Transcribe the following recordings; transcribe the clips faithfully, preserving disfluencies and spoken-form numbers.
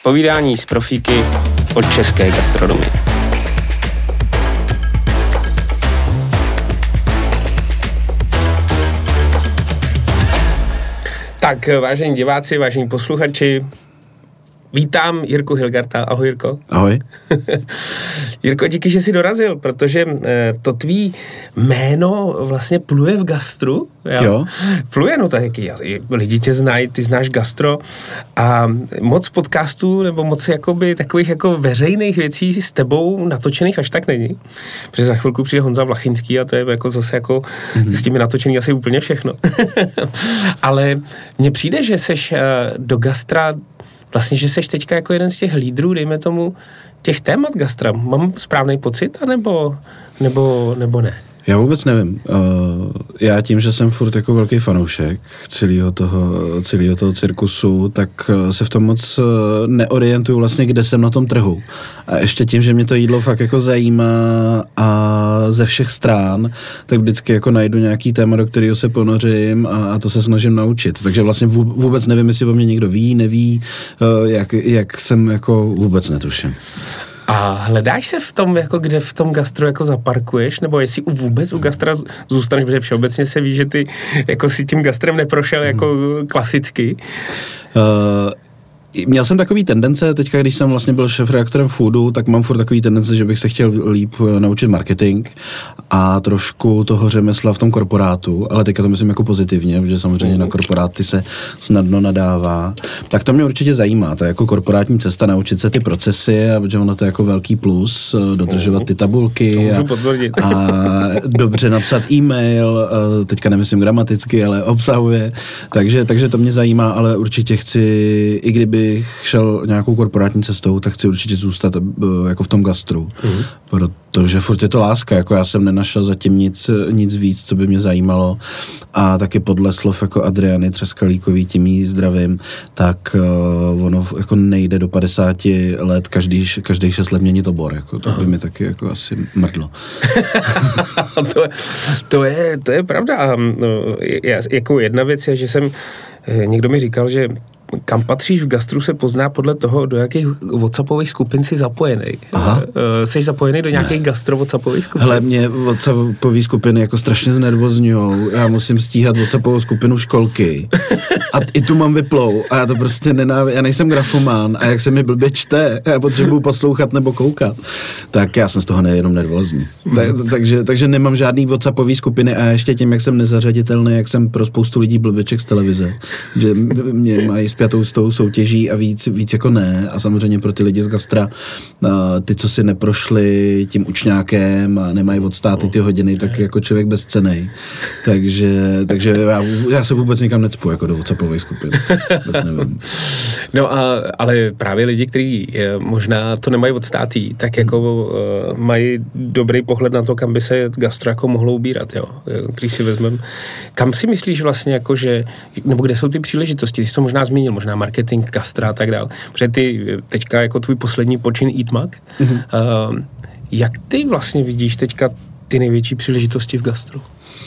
Povídání z profíky od české gastronomie. Tak, vážení diváci, vážení posluchači, vítám Jirku Hilgarta. Ahoj, Jirko. Ahoj. Jirko, díky, že jsi dorazil, protože to tvý jméno vlastně pluje v gastru. Jo. jo. Pluje, no tak lidi tě znají, ty znáš gastro a moc podcastů nebo moc jakoby takových jako veřejných věcí s tebou natočených až tak není. Protože za chvilku přijde Honza Vlachinský a to je jako zase jako mm-hmm. s tím je natočený asi úplně všechno. Ale mně přijde, že seš do gastra vlastně, že seš teďka jako jeden z těch lídrů, dejme tomu, těch témat gastra. Mám správný pocit, anebo, nebo, nebo ne? Já vůbec nevím. Uh, já tím, že jsem furt jako velký fanoušek celého toho, celého toho cirkusu, tak se v tom moc neorientuju vlastně, kde jsem na tom trhu. A ještě tím, že mě to jídlo fakt jako zajímá a ze všech strán, tak vždycky jako najdu nějaký téma, do kterého se ponořím a, a to se snažím naučit. Takže vlastně vůbec nevím, jestli o mě někdo ví, neví, uh, jak, jak jsem jako vůbec netuším. A hledáš se v tom, jako kde v tom gastru jako zaparkuješ, nebo jestli vůbec u gastra zůstaneš, protože všeobecně se ví, že ty jako si tím gastrem neprošel jako klasicky? Uh... Měl jsem takový tendence, teďka, když jsem vlastně byl šéfredaktorem Foodu, tak mám furt takový tendence, že bych se chtěl líp naučit marketing a trošku toho řemesla v tom korporátu, ale teďka to myslím jako pozitivně, protože samozřejmě na korporáty se snadno nadává. Tak to mě určitě zajímá, ta jako korporátní cesta, naučit se ty procesy, a protože ono to je jako velký plus, dodržovat ty tabulky a, a dobře napsat e-mail, teďka nemyslím gramaticky, ale obsahuje, takže, takže to mě zajímá, ale určitě chci, i kdyby šel nějakou korporátní cestou, tak chci určitě zůstat jako v tom gastru, mm. protože furt je to láska, jako já jsem nenašel zatím nic, nic víc, co by mě zajímalo a taky podle slov jako Adriany Třeskalíkový, tím jí zdravím, tak uh, ono jako nejde do padesáti let každý, každý šest let měnit obor, jako to by mi taky jako asi mrdlo. to, je, to, je, to je pravda. No, já, jako jedna věc je, že jsem, někdo mi říkal, že kam patříš v gastru se pozná podle toho, do jakých WhatsAppových skupin jsi zapojený. Aha. Jsi zapojený do nějakých ne. gastro WhatsAppových skupin? Hele, mě WhatsAppové skupiny jako strašně znervozňujou. Já musím stíhat WhatsAppovou skupinu školky. A i tu mám vyplou. A já to prostě nenávidím. Já nejsem grafomán a jak se mi blbě čte, já potřebuju poslouchat nebo koukat, tak já jsem z toho nejenom nervózní. Mm. Tak, takže, takže nemám žádný WhatsAppové skupiny a ještě tím, jak jsem nezařaditelný, jak jsem pro spoustu lidí blbeček z televize, že mě mají spjatou s tou soutěží a víc, víc jako ne. A samozřejmě pro ty lidi z gastra, ty, co si neprošli tím učňákem a nemají odstáty ty hodiny, tak jako člověk bezcennej. Takže, takže já, já se vůbec nikam necpu jako do WhatsAppové skupiny. Vůbec nevím. No a, ale právě lidi, kteří možná to nemají odstátý, tak jako uh, mají dobrý pohled na to, kam by se gastro jako mohlo ubírat, jo. Když si vezmeme, kam si myslíš vlastně jako, že, nebo kde jsou ty příležitosti, ty jsi to možná zmínil, možná marketing, gastra a tak dál. Protože ty teďka jako tvůj poslední počin Eat Mag, mm-hmm. uh, jak ty vlastně vidíš teďka ty největší příležitosti v gastru?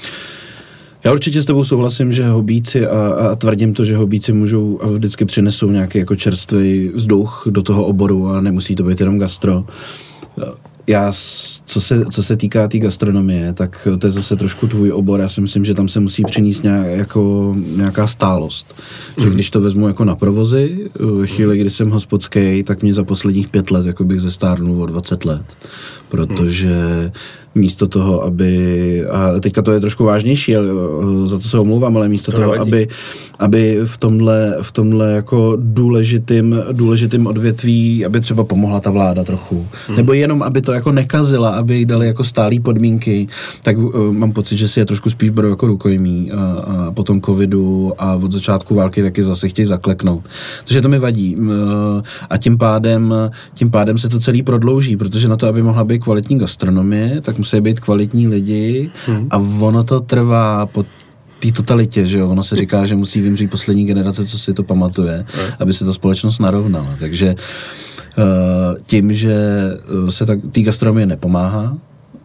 Já určitě s tebou souhlasím, že hobíci a, a tvrdím to, že hobíci můžou a vždycky přinesou nějaký jako čerstvý vzduch do toho oboru a nemusí to být jenom gastro. Já, co se, co se týká té tý gastronomie, tak to je zase trošku tvůj obor. Já si myslím, že tam se musí přinést nějak, jako, nějaká stálost. Mm. Že když to vezmu jako na provozy, ve chvíli, kdy jsem hospodský, tak mě za posledních pět let jako bych zestárnul o dvacet let. Protože místo toho, aby, a teďka to je trošku vážnější, ale za to se omlouvám, ale místo to toho, aby, aby v tomhle, v tomhle jako důležitým, důležitým odvětví, aby třeba pomohla ta vláda trochu, hmm. nebo jenom, aby to jako nekazila, aby jí dali jako stálý podmínky, tak uh, mám pocit, že si je trošku spíš berou jako rukojmí a, a potom covidu a od začátku války taky zase chtějí zakleknout. Takže to mi vadí. Uh, a tím pádem, tím pádem se to celý prodlouží, protože na to, aby mohla být kvalitní gastronomie, tak musí být kvalitní lidi hmm. a ono to trvá po té totalitě, že jo, ono se říká, že musí vymřít poslední generace, co si to pamatuje, hmm. aby se ta společnost narovnala, takže uh, tím, že se tak té gastronomie nepomáhá,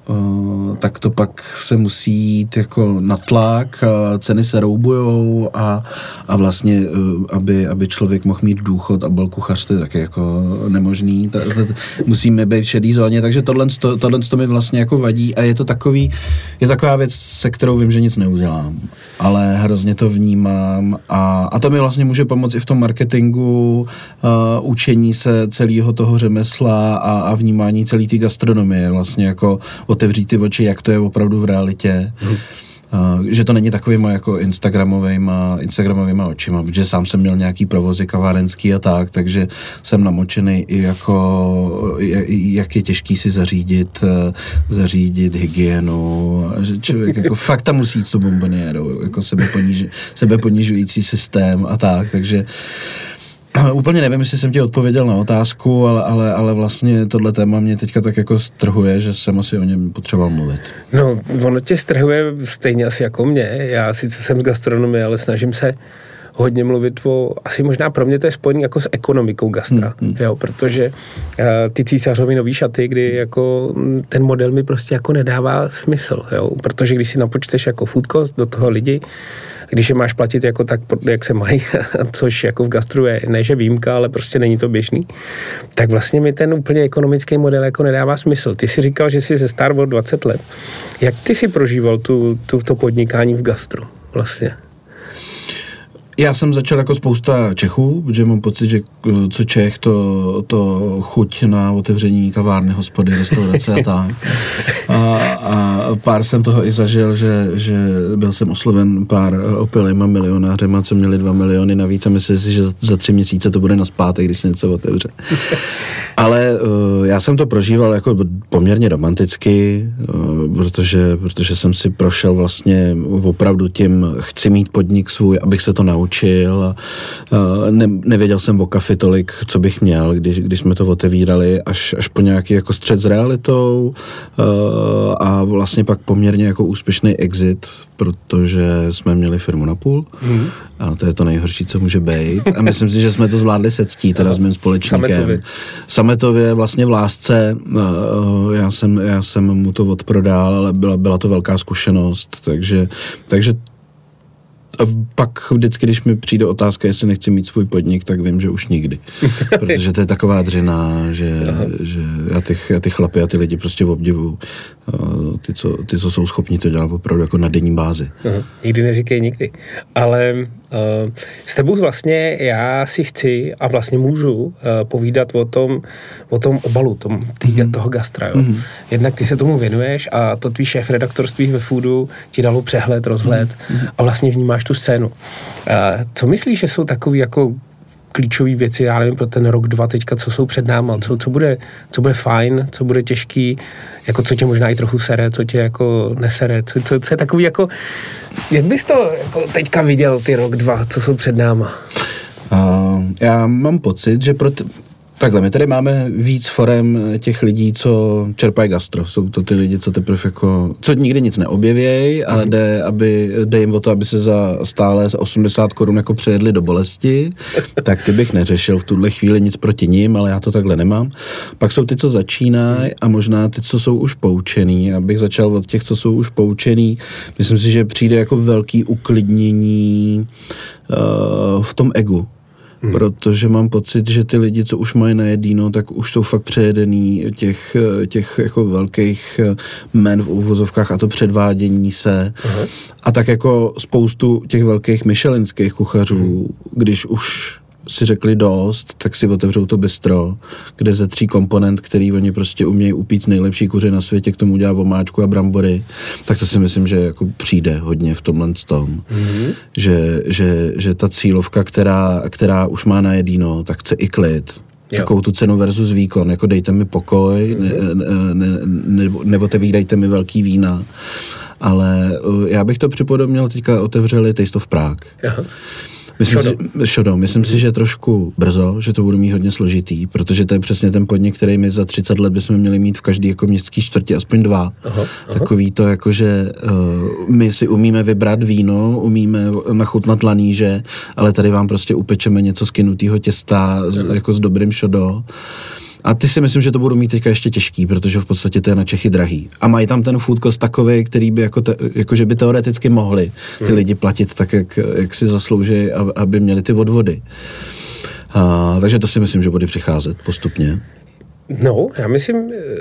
uh, tak to pak se musí jít jako na tlak, a ceny se roubujou a, a vlastně, uh, aby, aby člověk mohl mít důchod a byl kuchař, to je taky jako nemožný. Ta, ta, musíme být v šedý zóně, takže tohle, tohle to mi vlastně jako vadí a je to takový, je taková věc, se kterou vím, že nic neudělám, ale hrozně to vnímám a, a to mi vlastně může pomoct i v tom marketingu, uh, učení se celého toho řemesla a, a vnímání celé té gastronomie, vlastně jako otevřít ty oči, jak to je opravdu v realitě. Hmm. Uh, že to není takovýma jako instagramovejma, instagramovýma očima, protože sám jsem měl nějaký provozy kavárenský a tak, takže jsem namočený i jako, jak je těžký si zařídit, zařídit hygienu, že člověk jako fakt tam musí jít s tou bomboniérou, jako sebeponiž, sebeponižující systém a tak, takže úplně nevím, jestli jsem ti odpověděl na otázku, ale, ale, ale vlastně tohle téma mě teďka tak jako strhuje, že jsem asi o něm potřeboval mluvit. No, ono tě strhuje stejně asi jako mě. Já sice jsem z gastronomie, ale snažím se hodně mluvit o, asi možná pro mě to je spojený jako s ekonomikou gastra, hmm, hmm. jo, protože uh, ty císařovy nový šaty, kdy jako ten model mi prostě jako nedává smysl, jo, protože když si napočteš jako food cost do toho lidi, když je máš platit jako tak, jak se mají, což jako v gastru je, ne že výjimka, ale prostě není to běžný, tak vlastně mi ten úplně ekonomický model jako nedává smysl. Ty si říkal, že jsi ze star o dvacet let. Jak ty si prožíval tu, tu, to podnikání v gastru vlastně? Já jsem začal jako spousta Čechů, protože mám pocit, že co Čech, to, to chuť na otevření kavárny, hospody, restaurace a tak. A, a pár jsem toho i zažil, že, že byl jsem osloven pár opilejma milionářema, co měli dva miliony navíc a myslím si, že za, za tři měsíce to bude naspátek, když se něco otevře. Ale uh, já jsem to prožíval jako poměrně romanticky, uh, protože, protože jsem si prošel vlastně opravdu tím, chci mít podnik svůj, abych se to naučil a uh, ne, nevěděl jsem o kafi tolik, co bych měl, když, když jsme to otevírali, až, až po nějaký jako střet s realitou uh, a vlastně pak poměrně jako úspěšný exit, protože jsme měli firmu na půl mm. a to je to nejhorší, co může být. A myslím si, že jsme to zvládli se ctí, teda s mým společníkem. Sametově. Sametově vlastně v lásce. Uh, já jsem, já jsem mu to odprodal, ale byla, byla to velká zkušenost, takže, takže a pak vždycky, když mi přijde otázka, jestli nechci mít svůj podnik, tak vím, že už nikdy. Protože to je taková dřina, že, že já, ty, já ty chlapy a ty lidi prostě obdivuju. Ty co, ty, co jsou schopni to dělat opravdu jako na denní bázi. Aha. Nikdy neříkej nikdy. Ale uh, s tebou vlastně já si chci a vlastně můžu uh, povídat o tom, o tom obalu, tom, tý, mm-hmm. toho gastra. Jo. Mm-hmm. Jednak ty se tomu věnuješ a to tvý šéf redaktorství ve Foodu ti dalo přehled, rozhled mm-hmm. a vlastně vnímáš tu scénu. Uh, co myslíš, že jsou takový jako klíčové věci, já nevím, pro ten rok, dva teďka, co jsou před náma, co, co, bude, co bude fajn, co bude těžký, jako co tě možná i trochu sere, co tě jako nesere, co, co, co je takový jako, jak bys to jako teďka viděl ty rok, dva, co jsou před náma? Uh, já mám pocit, že pro t- takhle, my tady máme víc forem těch lidí, co čerpají gastro. Jsou to ty lidi, co teprve jako, co nikdy nic neobjevějí a mm. jde, aby, jde jim o to, aby se za stále osmdesát korun jako přejedli do bolesti. Tak ty bych neřešil v tuhle chvíli nic proti nim, ale já to takhle nemám. Pak jsou ty, co začínají a možná ty, co jsou už poučený. Abych začal od těch, co jsou už poučený. Myslím si, že přijde jako velký uklidnění uh, v tom egu. Hmm. Protože mám pocit, že ty lidi, co už mají najedíno, tak už jsou fakt přejedený těch, těch jako velkých men v uvozovkách a to předvádění se. Aha. A tak jako spoustu těch velkých michelinských kuchařů, hmm. když už si řekli dost, tak si otevřou to bistro, kde ze tří komponent, který oni prostě umějí upít nejlepší kuře na světě, k tomu dělá omáčku a brambory, tak to si myslím, že jako přijde hodně v tomhle tom. Mm-hmm. Že, že, že ta cílovka, která, která už má najedíno, tak chce i klid. Jo. Takovou tu cenu versus výkon, jako dejte mi pokoj, mm-hmm. ne, ne, ne, neotevírejte mi velký vína. Ale já bych to připodobnil, teďka otevřeli Taste of Prague. Aha. Myslím Šodo. Si, šodo. Myslím si, že trošku brzo, že to bude mít hodně složitý, protože to je přesně ten podnik, který my za třicet let bychom měli mít v každý jako městský čtvrtě aspoň dva. Aha, aha. Takový to jako, že uh, my si umíme vybrat víno, umíme nachutnat laníže, ale tady vám prostě upečeme něco z kynutýho těsta, z, jako s dobrým šodo. A ty si myslím, že to budou mít teďka ještě těžký, protože v podstatě to je na Čechy drahý. A mají tam ten food cost takovej, který by jako, te, jako že by teoreticky mohli ty hmm. lidi platit tak, jak, jak si zaslouží, aby měli ty odvody. A, takže to si myslím, že bude přicházet postupně. No, já myslím,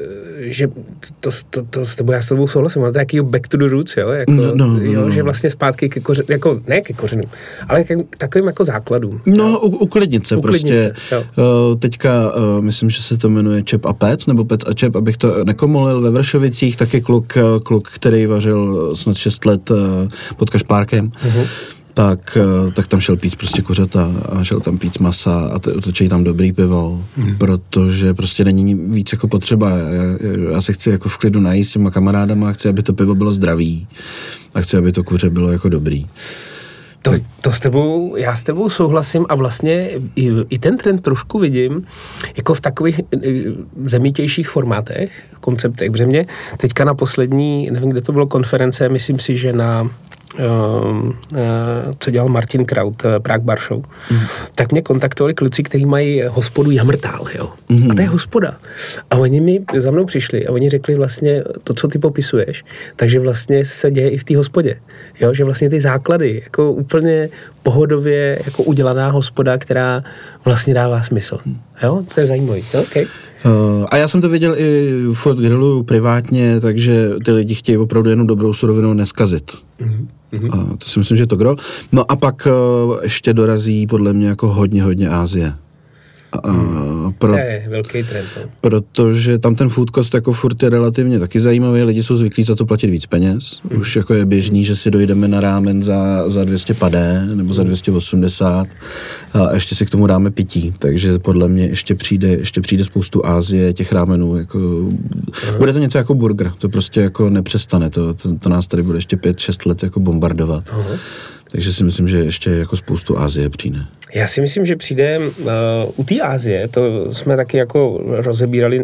že to, to, to s tebou, já s tebou souhlasím, máte jakýho back to the roots, jo, jako, no, no, no, jo, že vlastně zpátky ke kořenům, jako, ne ke kořenům, ale k takovým jako základům. No, u, uklidnit se prostě. Uh, teďka, uh, myslím, že se to jmenuje Čep a Pec, nebo Pec a Čep, abych to nekomolil, ve Vršovicích, taky kluk, kluk, který vařil snad šest let uh, pod Kašpárkem. Uh-huh. Tak, tak tam šel pít prostě kuřata a šel tam pít masa a točí tam dobrý pivo, hmm. protože prostě není víc jako potřeba. Já, já se chci jako v klidu najíst s těma kamarádama a chci, aby to pivo bylo zdravý a chci, aby to kuře bylo jako dobrý. To, to s tebou, já s tebou souhlasím a vlastně i, i ten trend trošku vidím jako v takových zemitějších formátech, konceptech, protože mě teďka na poslední, nevím, kde to bylo, konference, myslím si, že na Uh, uh, co dělal Martin Kraut, uh, Prague Bar Show, mm. tak mě kontaktovali kluci, kteří mají hospodu Jamrtal, jo. Mm. A to je hospoda. A oni mi za mnou přišli a oni řekli vlastně to, co ty popisuješ, takže vlastně se děje i v té hospodě, jo, že vlastně ty základy, jako úplně pohodově jako udělaná hospoda, která vlastně dává smysl. Jo, to je zajímavý, jo, okay. Uh, a já jsem to viděl i v Fort Grillu privátně, takže ty lidi chtějí opravdu jenom dobrou surovinu neskazit. Mm-hmm. A to si myslím, že je to gro. No a pak uh, ještě dorazí podle mě jako hodně, hodně Asie. A, hmm. pro, to je velký trend. No. Protože tam ten food cost jako furt je relativně taky zajímavý, lidi jsou zvyklí za to platit víc peněz. Hmm. Už jako je běžný, že si dojdeme na rámen za, za dvě stě padé nebo za dvě stě osmdesát a ještě si k tomu dáme pití. Takže podle mě ještě přijde, ještě přijde spoustu Asie, těch rámenů. Jako, bude to něco jako burger, to prostě jako nepřestane. To, to, to nás tady bude ještě pět šest let jako bombardovat. Aha. Takže si myslím, že ještě jako spoustu Asie přijde. Já si myslím, že přijde uh, u té Asie, to jsme taky jako rozebírali uh,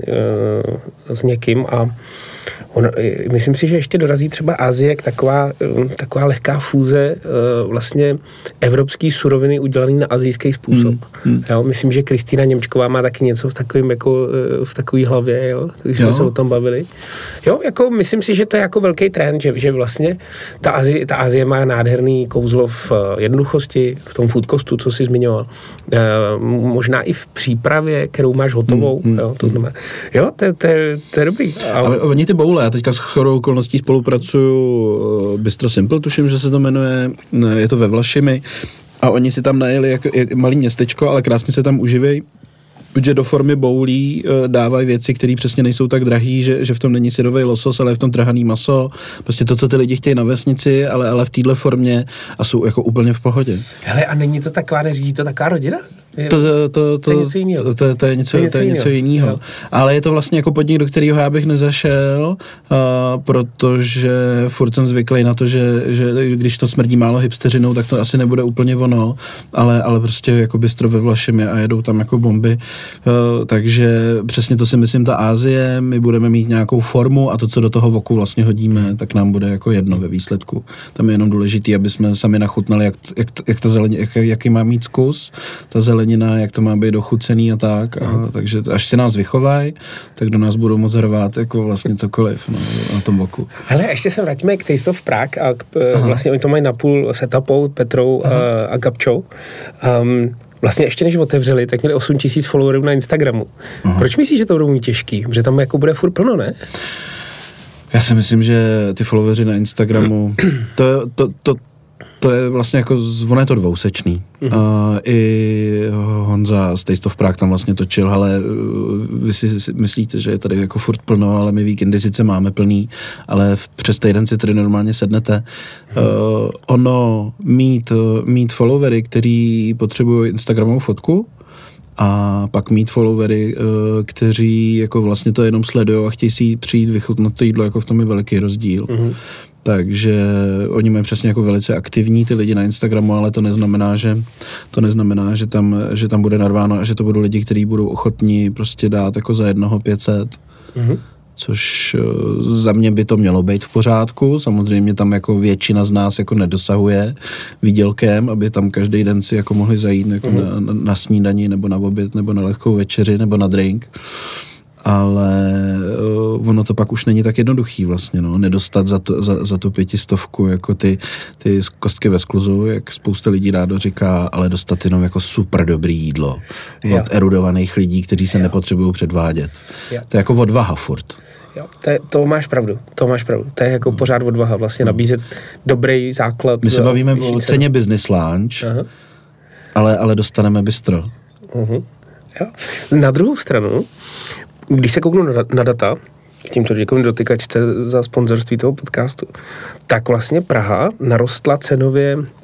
s někým a on, myslím si, že ještě dorazí třeba Asie jak taková, taková lehká fúze uh, vlastně evropský suroviny udělaný na asijský způsob. Mm, mm. Jo, myslím, že Kristýna Němčková má taky něco v takovým jako v takové hlavě, jo, když jsme se o tom bavili. Jo, jako myslím si, že to je jako velký trend, že, že vlastně ta Azie, ta Azie má nádherný kouzlo v jednoduchosti, v tom food costu, co jsi zmiňoval. Uh, možná i v přípravě, kterou máš hotovou, mm, mm, jo, to znamená. Jo, to, to, to je dobrý. A, a oni ty boule, já teďka s chorou okolností spolupracuju Bistro Simple, tuším, že se to jmenuje, je to ve Vlašimi a oni si tam najeli jako malý městečko, ale krásně se tam uživějí, že do formy boulí dávají věci, které přesně nejsou tak drahý, že, že v tom není syrový losos, ale je v tom trhaný maso, prostě to, co ty lidi chtějí na vesnici, ale, ale v téhle formě a jsou jako úplně v pohodě. Hele, a není to taková, neřídí to taková rodina? To, to, to, to, to je něco jiného. To, to je něco, to je něco jiného. Ale je to vlastně jako podnik, do kterého já bych nezašel, uh, protože furt jsem zvyklý na to, že, že když to smrdí málo hipsteřinou, tak to asi nebude úplně ono, ale, ale prostě jako bistro ve Vlašimi a jedou tam jako bomby. Uh, takže přesně to si myslím, ta Asie, my budeme mít nějakou formu a to, co do toho voku vlastně hodíme, tak nám bude jako jedno ve výsledku. Tam je jenom důležitý, aby jsme sami nachutnali, jak, jak, jak ta zeleně, jak, jaký má mít zkus, ta zelenina, jak to má být dochucený a tak. A, takže až si nás vychovají, tak do nás budou moc hrvat jako vlastně cokoliv no, na tom boku. Hele, ještě se vrátíme k Taste of Prague a k, vlastně oni to mají napůl setupou, Petrou a, a Gabčou. Um, Vlastně ještě než otevřeli, tak měli osm tisíc followerů na Instagramu. Aha. Proč myslíš, že to budou mít těžký? Protože tam jako bude furt plno, ne? Já si myslím, že ty followeři na Instagramu, to, to, to, to je vlastně jako, ono je to dvousečný. Uh, I Honza z Taste of Prague tam vlastně točil, ale vy si myslíte, že je tady jako furt plno, ale my víkendy sice máme plný, ale v, přes týden si tady normálně sednete. Uh, ono mít, mít followery, který potřebují Instagramovou fotku, a pak mít followery, kteří jako vlastně to jenom sledujou a chtějí si přijít vychutnat to jídlo, jako v tom je velký rozdíl. Mm-hmm. Takže oni mají přesně jako velice aktivní ty lidi na Instagramu, ale to neznamená, že to neznamená, že tam, že tam bude narváno a že to budou lidi, kteří budou ochotní prostě dát jako za jednoho pět set. Mm-hmm. což za mě by to mělo být v pořádku. Samozřejmě tam jako většina z nás jako nedosahuje výdělkem, aby tam každý den si jako mohli zajít jako mm. na, na snídani nebo na oběd nebo na lehkou večeři nebo na drink. Ale uh, ono to pak už není tak jednoduchý vlastně, no, nedostat za, to, za, za tu pětistovku jako ty, ty kostky ve skluzu, jak spousta lidí rádo říká, ale dostat jenom jako super dobrý jídlo jo. od erudovaných lidí, kteří se jo. nepotřebují předvádět. Jo. To je jako odvaha furt. Jo, to, je, to máš pravdu, to máš pravdu. To je jako hmm. pořád odvaha vlastně nabízet dobrý základ. My se bavíme o ceně business lunch, Aha. ale, ale dostaneme bistro. Uh-huh. Jo. Na druhou stranu, když se kouknu na, na data, tímto děkuji dotykačce za sponzorství toho podcastu, tak vlastně Praha narostla cenově uh,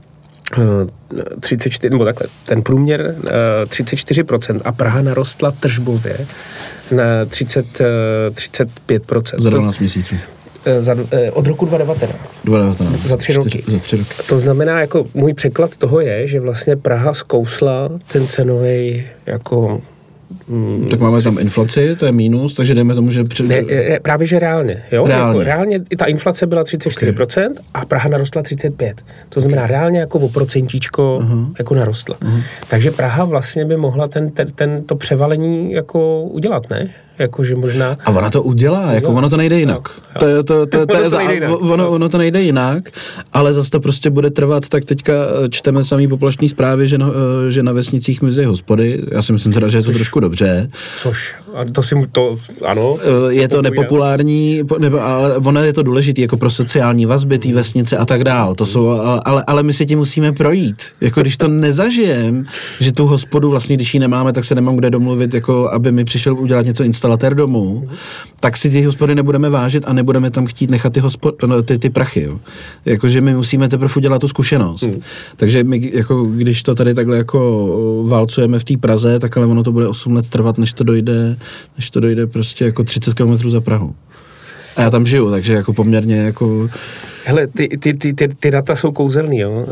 třicet čtyři, nebo takhle, ten průměr uh, třicet čtyři procent a Praha narostla tržbově na třicet, uh, třicet pět procent. Za dvanáct měsíců. Za, od roku dva tisíce devatenáct. dva tisíce devatenáct. Za tři roky. Za tři roky. To znamená, jako můj překlad toho je, že vlastně Praha zkousla ten cenový jako Hmm. Tak máme tam inflaci, to je mínus, takže jdeme tomu, že... Před... Ne, právě, že reálně, jo? Reálně. Jako, reálně ta inflace byla třicet čtyři procent okay. a Praha narostla třicet pět procent. To znamená, okay. reálně jako o procentíčko uh-huh. jako narostla. Uh-huh. Takže Praha vlastně by mohla ten, ten, ten, to převalení jako udělat, ne? Jakože možná... A ona to udělá, udělá. Jako ono to nejde jinak. No, to, to, to, to, to, ono, to nejde jinak. Ono, ono to nejde jinak, ale zase to prostě bude trvat, tak teďka čteme samý poplašní zprávy, že, no, že na vesnicích mizí hospody. Já si myslím teda, že je to což, trošku dobře. Což, a to si mu to, ano. Je to, to nepopulární, nebo, ale ono je to důležité jako pro sociální vazby, té vesnice a tak dál. To jsou, ale, ale my si tím musíme projít. Jako když to nezažijem, že tu hospodu vlastně, když ji nemáme, tak se nemám kde domluvit, jako aby mi přišel udělat něco instalatér domů, tak si ty hospody nebudeme vážit a nebudeme tam chtít nechat ty, hospod, no, ty, ty prachy. Jo. Jakože my musíme teprve udělat tu zkušenost. Hmm. Takže my, jako, když to tady takhle jako válcujeme v té Praze, tak ale ono to bude osm let trvat, než to dojde, než to dojde prostě jako třicet kilometrů za Prahu. A já tam žiju, takže jako poměrně jako... Hele, ty, ty, ty, ty, ty data jsou kouzelný, jo.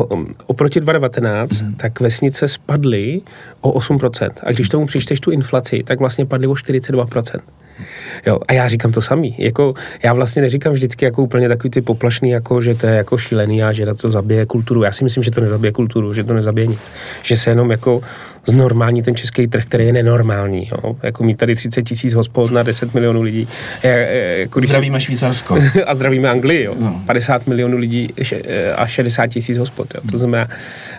Oproti dva tisíce devatenáct, hmm. tak vesnice spadly o osm procent. A když tomu přičteš tu inflaci, tak vlastně padly o čtyřicet dva procent. Jo, a já říkám to samý. Jako, já vlastně neříkám vždycky jako úplně takový ty poplašný, jako, že to je jako šílený a že to zabije kulturu. Já si myslím, že to nezabije kulturu, že to nezabije nic. Že se jenom jako znormální ten český trh, který je nenormální. Jo? Jako mít tady třicet tisíc hospod na deset milionů lidí. Jako zdravíme Švýcarsko. A zdravíme Anglii, jo. No. padesát milionů lidí a šedesát tisíc hospod. Jo. To znamená,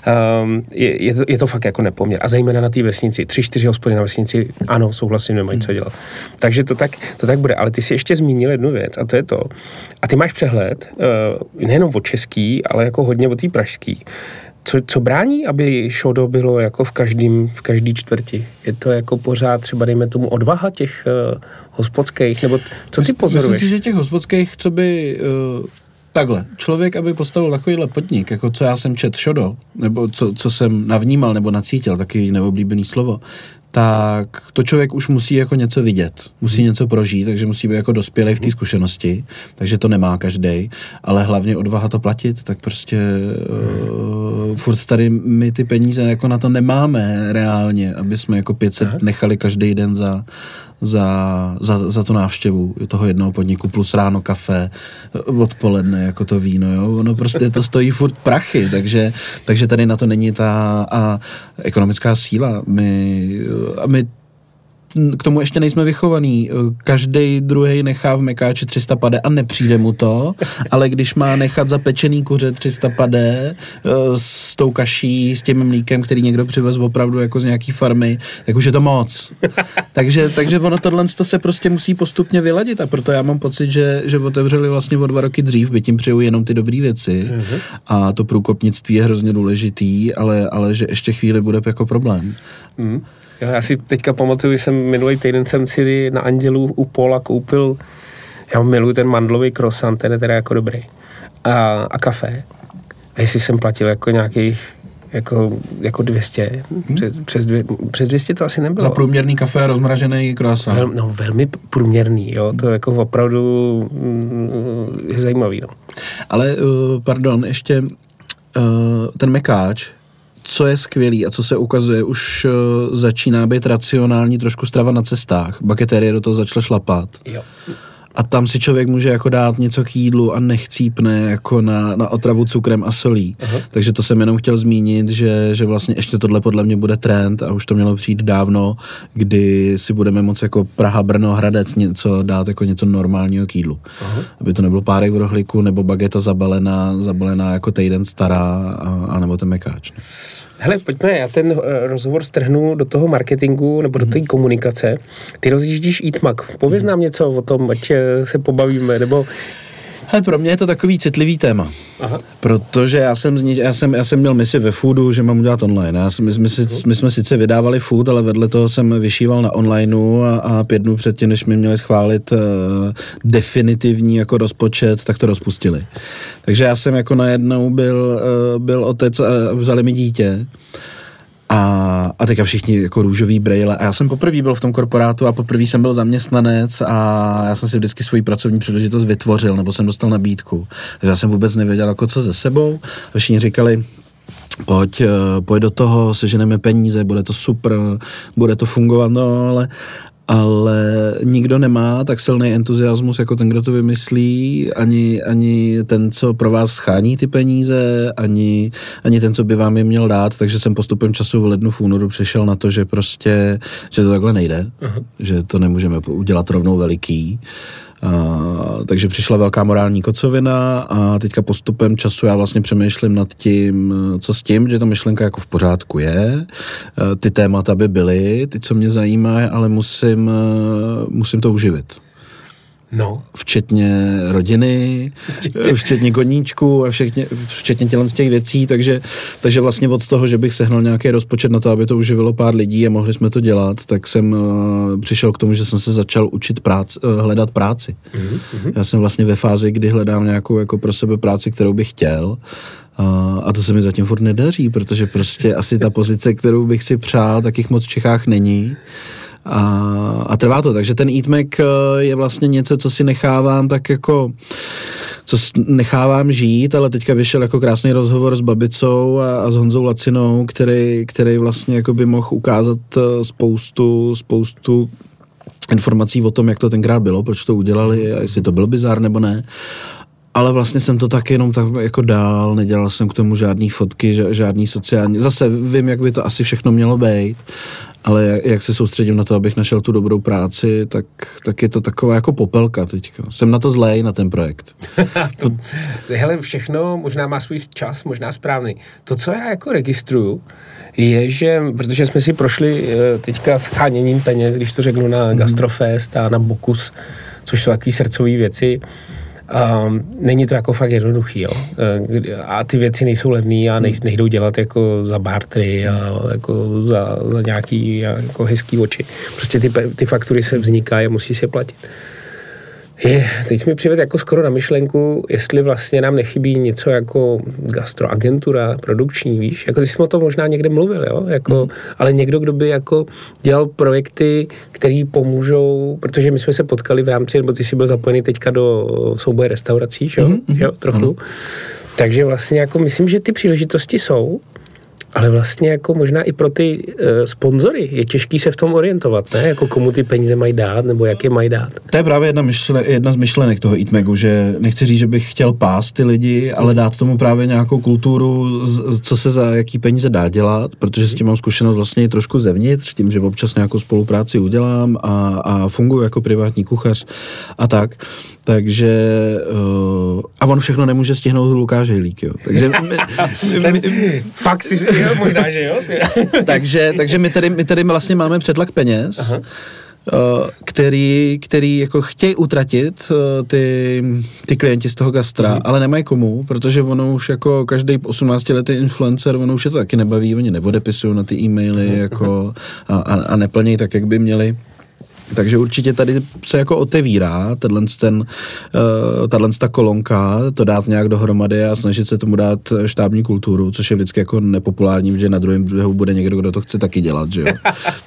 um, je, je, to, je to fakt jako nepoměr. A zejména na té vesnici. Tři, čtyři hospody na vesnici, ano, souhlasím, nemají co dělat. Takže to tak, to tak bude. Ale ty si ještě zmínil jednu věc a to je to. A ty máš přehled, uh, nejenom o český, ale jako hodně o té pražský. Co, co brání, aby šodo bylo jako v každém, v každý čtvrti? Je to jako pořád třeba, dejme tomu, odvaha těch uh, hospodských, nebo co ty pozoruješ? Myslím si, že těch hospodských, co by... Uh... Takhle, člověk, aby postavil takovýhle podnik, jako co já jsem čet šodo, nebo co, co jsem navnímal nebo nacítil, taky neoblíbený slovo, tak to člověk už musí jako něco vidět, musí něco prožít, takže musí být jako dospělej v té zkušenosti, takže to nemá každej, ale hlavně odvaha to platit, tak prostě uh, furt tady my ty peníze jako na to nemáme reálně, aby jsme jako pět set nechali každý den za Za, za, za tu návštěvu toho jednoho podniku, plus ráno kafe, odpoledne jako to víno, jo, ono prostě to stojí furt prachy, takže, takže tady na to není ta a ekonomická síla. My, a my k tomu ještě nejsme vychovaní. Každý druhej nechá v mekáči tři sta pade a nepřijde mu to, ale když má nechat zapečený kuře tři sta pade s tou kaší, s tím mlíkem, který někdo přivez opravdu jako z nějaký farmy, tak už je to moc. Takže, takže ono tohle to se prostě musí postupně vyladit a proto já mám pocit, že, že otevřeli vlastně o dva roky dřív, by tím přijou jenom ty dobrý věci mm-hmm. a to průkopnictví je hrozně důležitý, ale, ale že ještě chvíli bude jako problém. Mm. Jo, já si teďka pamatuju, že jsem minulý týden jsem si na Andělu u Pola koupil, já miluji ten mandlový croissant, ten je teda jako dobrý, a, a kafe. A jestli jsem platil jako nějakých jako, jako dvě stě, hmm. přes, přes, dvě, přes dvě stě to asi nebylo. Za průměrný kafe a rozmražený croissant. Vel, no velmi průměrný, jo, to jako opravdu mm, je zajímavý, no. Ale, uh, pardon, ještě uh, ten mekáč, co je skvělý a co se ukazuje, už uh, začíná být racionální trošku strava na cestách. Baketerie do toho začala šlapat. Jo. A tam si člověk může jako dát něco k jídlu a nechcípne jako na, na otravu cukrem a solí. Aha. Takže to jsem jenom chtěl zmínit, že, že vlastně ještě tohle podle mě bude trend a už to mělo přijít dávno, kdy si budeme moct jako Praha, Brno, Hradec něco dát jako něco normálního k jídlu. Aha. Aby to nebyl párek v rohlíku nebo bageta zabalená, zabalená jako týden stará a, a nebo ten mekáč. Hele, pojďme, já ten uh, rozhovor strhnu do toho marketingu nebo do té komunikace. Ty rozjíždíš Eatmag. Pověz nám něco o tom, ať se pobavíme, nebo... Hele, pro mě je to takový citlivý téma. Aha. Protože já jsem, z ní, já, jsem, já jsem měl misi ve foodu, že mám udělat online. Já jsem, my, jsme si, my jsme sice vydávali food, ale vedle toho jsem vyšíval na onlineu a, a pět dnů předtím, než mi měli schválit uh, definitivní jako rozpočet, tak to rozpustili. Takže já jsem jako najednou byl, uh, byl otec a vzali mi dítě. A, a teďka všichni jako růžový brejle. A já jsem poprvé byl v tom korporátu a poprvé jsem byl zaměstnanec a já jsem si vždycky svoji pracovní příležitost vytvořil, nebo jsem dostal nabídku. Takže já jsem vůbec nevěděl, jako co ze sebou. A všichni říkali, pojď, pojď do toho, seženeme peníze, bude to super, bude to fungovat, no ale... ale nikdo nemá tak silný entuziasmus jako ten, kdo to vymyslí, ani, ani ten, co pro vás schání ty peníze, ani, ani ten, co by vám je měl dát, takže jsem postupem času v lednu, v únoru přišel na to, že prostě, že to takhle nejde, uh-huh. že to nemůžeme udělat rovnou veliký. A, takže přišla velká morální kocovina a teďka postupem času já vlastně přemýšlím nad tím, co s tím, že ta myšlenka jako v pořádku je, ty témata by byly, ty, co mě zajímají, ale musím, musím to uživit. No. Včetně rodiny, včetně koníčků a včetně, včetně tělen z těch věcí, takže, takže vlastně od toho, že bych sehnal nějaký rozpočet na to, aby to uživilo pár lidí a mohli jsme to dělat, tak jsem uh, přišel k tomu, že jsem se začal učit prác, uh, hledat práci. Mm-hmm. Já jsem vlastně ve fázi, kdy hledám nějakou jako pro sebe práci, kterou bych chtěl. Uh, a to se mi zatím furt nedaří, protože prostě asi ta pozice, kterou bych si přál, tak jich moc v Čechách není. A, a trvá to, takže ten Eatmag je vlastně něco, co si nechávám tak jako, co nechávám žít, ale teďka vyšel jako krásný rozhovor s Babicou a, a s Honzou Lacinou, který, který vlastně jako by mohl ukázat spoustu, spoustu informací o tom, jak to tenkrát bylo, proč to udělali a jestli to byl bizár nebo ne. Ale vlastně jsem to tak jenom tak jako dál, nedělal jsem k tomu žádný fotky, žádný sociální, zase vím, jak by to asi všechno mělo být, ale jak, jak se soustředím na to, abych našel tu dobrou práci, tak, tak je to taková jako popelka teďka. Jsem na to zlej, na ten projekt. to... Hele, všechno možná má svůj čas, možná správný. To, co já jako registruju, je, že, protože jsme si prošli teďka scháněním peněz, když to řeknu, na Gastrofest a na Bokus, což jsou takový srdcový věci, Um, není to jako fakt jednoduchý, jo. A ty věci nejsou levný a nej, nejdou dělat jako za bartry a jako za, za nějaký jako hezký oči. Prostě ty, ty faktury se vznikají a musí se platit. Je, teď mi přived jako skoro na myšlenku, jestli vlastně nám nechybí něco jako gastroagentura, produkční, víš, jako ty jsme o tom možná někde mluvil, jo, jako, mm. ale někdo, kdo by jako dělal projekty, který pomůžou, protože my jsme se potkali v rámci, nebo ty jsi byl zapojený teďka do souboje restaurací, jo, mm. jo, trochu. Mm. Takže vlastně jako myslím, že ty příležitosti jsou, ale vlastně jako možná i pro ty uh, sponzory je těžký se v tom orientovat, ne? Jako komu ty peníze mají dát, nebo jak je mají dát. To je právě jedna, myšle, jedna z myšlenek toho Eatmagu, že nechci říct, že bych chtěl pást ty lidi, ale dát tomu právě nějakou kulturu, z, co se za jaký peníze dá dělat, protože s tím mám zkušenost vlastně i trošku zevnitř, tím, že občas nějakou spolupráci udělám a, a funguji jako privátní kuchař a tak. Takže uh, a on všechno nemůže stihnout Lukáš Hejlík, jo. Takže my, my, fakt si jo, možná, že jo. takže, takže my tady, my tady vlastně máme přetlak peněz, Aha. který, který jako chtějí utratit ty, ty klienti z toho gastra, mm. ale nemají komu, protože ono už jako každý osmnáctiletý influencer, ono už je to taky nebaví, oni neodepisují na ty e-maily mm. jako a, a, a neplnějí tak, jak by měli. Takže určitě tady se jako otevírá tenhle ten, uh, tato ta kolonka, to dát nějak dohromady a snažit se tomu dát štábní kulturu, což je vždycky jako nepopulární, protože na druhém břehu bude někdo, kdo to chce taky dělat, že jo.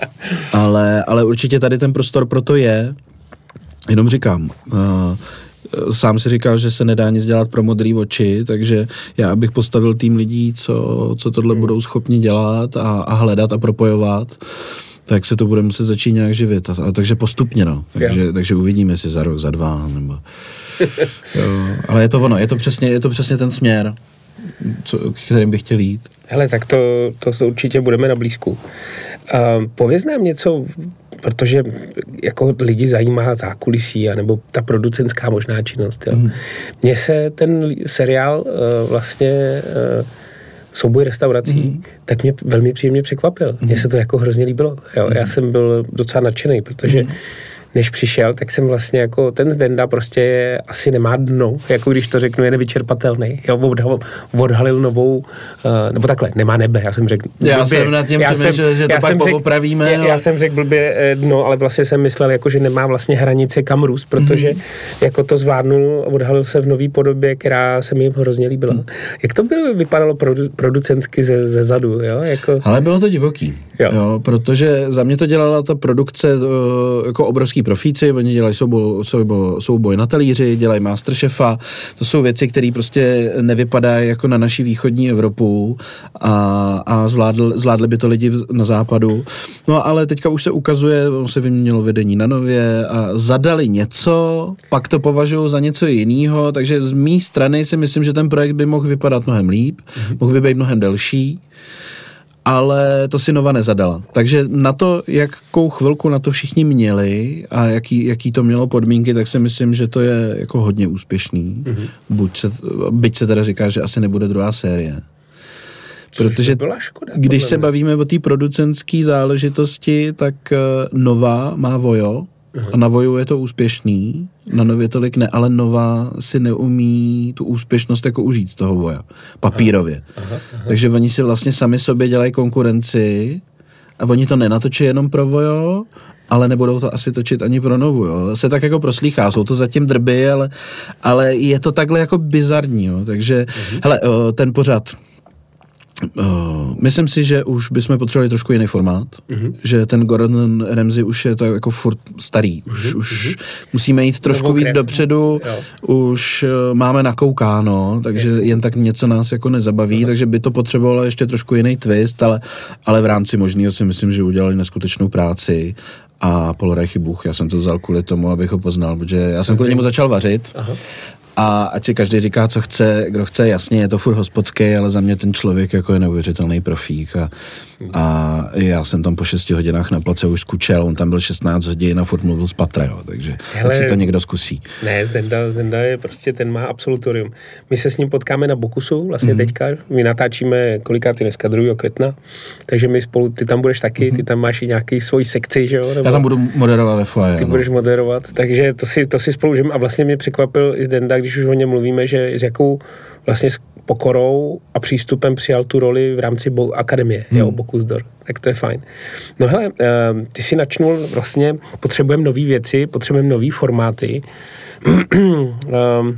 ale, ale určitě tady ten prostor pro to je, jenom říkám, uh, sám si říkal, že se nedá nic dělat pro modrý oči, takže já bych postavil tým lidí, co, co tohle budou schopni dělat a, a hledat a propojovat, tak se to bude muset začít nějak živit. A, a takže postupně, no. Takže, takže uvidíme si za rok, za dva, nebo... jo, ale je to ono, je to přesně, je to přesně ten směr, co, kterým bych chtěl jít. Hele, tak to, to určitě budeme na blízku. Uh, pověz nám něco, protože jako lidi zajímá zákulisí, anebo ta producentská možná činnost. Jo. Mm. Mně se ten seriál uh, vlastně uh, Souboj restaurací, mm. tak mě velmi příjemně překvapil. Mně mm. se to jako hrozně líbilo. Jo. Mm. Já jsem byl docela nadšený, protože mm. než přišel, tak jsem vlastně jako ten Zdenda prostě asi nemá dno, jako když to řeknu, je nevyčerpatelný. Jo, odhalil, odhalil novou, uh, nebo takhle, nemá nebe, já jsem řekl. Já blbě, jsem nad tím přemýšlel, že to pak popravíme. Já, ale... já jsem řekl blbě dno, ale vlastně jsem myslel, jako, že nemá vlastně hranice kam růst, protože mm-hmm. jako to zvládnul a odhalil se v nový podobě, která se mi hrozně líbila. Mm. Jak to bylo, vypadalo produ, producentsky ze, ze zadu, jo? Jako... Ale bylo to divoký, jo. Jo, protože za mě to dělala ta produkce uh, jako obrovský profíci, oni dělají souboj, souboj, souboj na talíři, dělají Masterchefa, to jsou věci, které prostě nevypadají jako na naší východní Evropu a, a zvládl, zvládli by to lidi na západu. No ale teďka už se ukazuje, se vyměnilo vedení na nově a zadali něco, pak to považují za něco jiného, takže z mé strany si myslím, že ten projekt by mohl vypadat mnohem líp, mm-hmm. mohl by být mnohem delší, ale to si Nova nezadala. Takže na to, jakou chvilku na to všichni měli a jaký, jaký to mělo podmínky, tak si myslím, že to je jako hodně úspěšný. Mm-hmm. Buď se, byť se teda říká, že asi nebude druhá série. Protože byla škoda, když se bavíme o té producentské záležitosti, tak Nova má Vojo, uh-huh. a na Voju je to úspěšný, na Nově tolik ne, ale Nova si neumí tu úspěšnost jako užít z toho Voja, papírově. Aha, aha. Takže oni si vlastně sami sobě dělají konkurenci a oni to nenatočí jenom pro Vojo, ale nebudou to asi točit ani pro Novu, jo. Se tak jako proslýchá, jsou to zatím drby, ale, ale je to takhle jako bizarní, jo. Takže, uh-huh. hele, ten pořad, Uh, myslím si, že už bychom potřebovali trošku jiný formát, uh-huh. že ten Gordon Ramsay už je to jako furt starý, už, uh-huh. už musíme jít trošku Novou víc krev. dopředu, jo. už uh, máme nakoukáno, takže yes. jen tak něco nás jako nezabaví, uh-huh. takže by to potřebovalo ještě trošku jiný twist, ale, ale v rámci možného si myslím, že udělali neskutečnou práci a Paul Reichy Bůh, já jsem to vzal kvůli tomu, abych ho poznal, protože já jsem kvůli němu začal vařit. Aha. A ať si každý říká, co chce, kdo chce, jasně, je to furt hospodský, ale za mě ten člověk jako je neuvěřitelný profík a, a já jsem tam po šesti hodinách na place už skučel, on tam byl šestnáct hodin a furt mluvil z patra, jo, takže ať si to někdo zkusí. Ne, Zdenda, Zdenda je prostě, ten má absolutorium. My se s ním potkáme na Bokusu, vlastně mm-hmm. teďka, my natáčíme kolikátý dneska, druhého května, takže my spolu, ty tam budeš taky, mm-hmm. ty tam máš i nějaký svůj sekci, že jo? Nebo já tam budu moderovat ve foaje. Ty no. budeš moderovat, takže to si, to si spolu užijeme a vlastně mě překvapil i Zdenda, když už o něm mluvíme, že s jakou vlastně s pokorou a přístupem přijal tu roli v rámci bo- akademie, hmm. jo, Bocuse d'Or. Tak to je fajn. No hele, uh, ty si načnul vlastně, potřebujeme nový věci, potřebujeme nový formáty. um,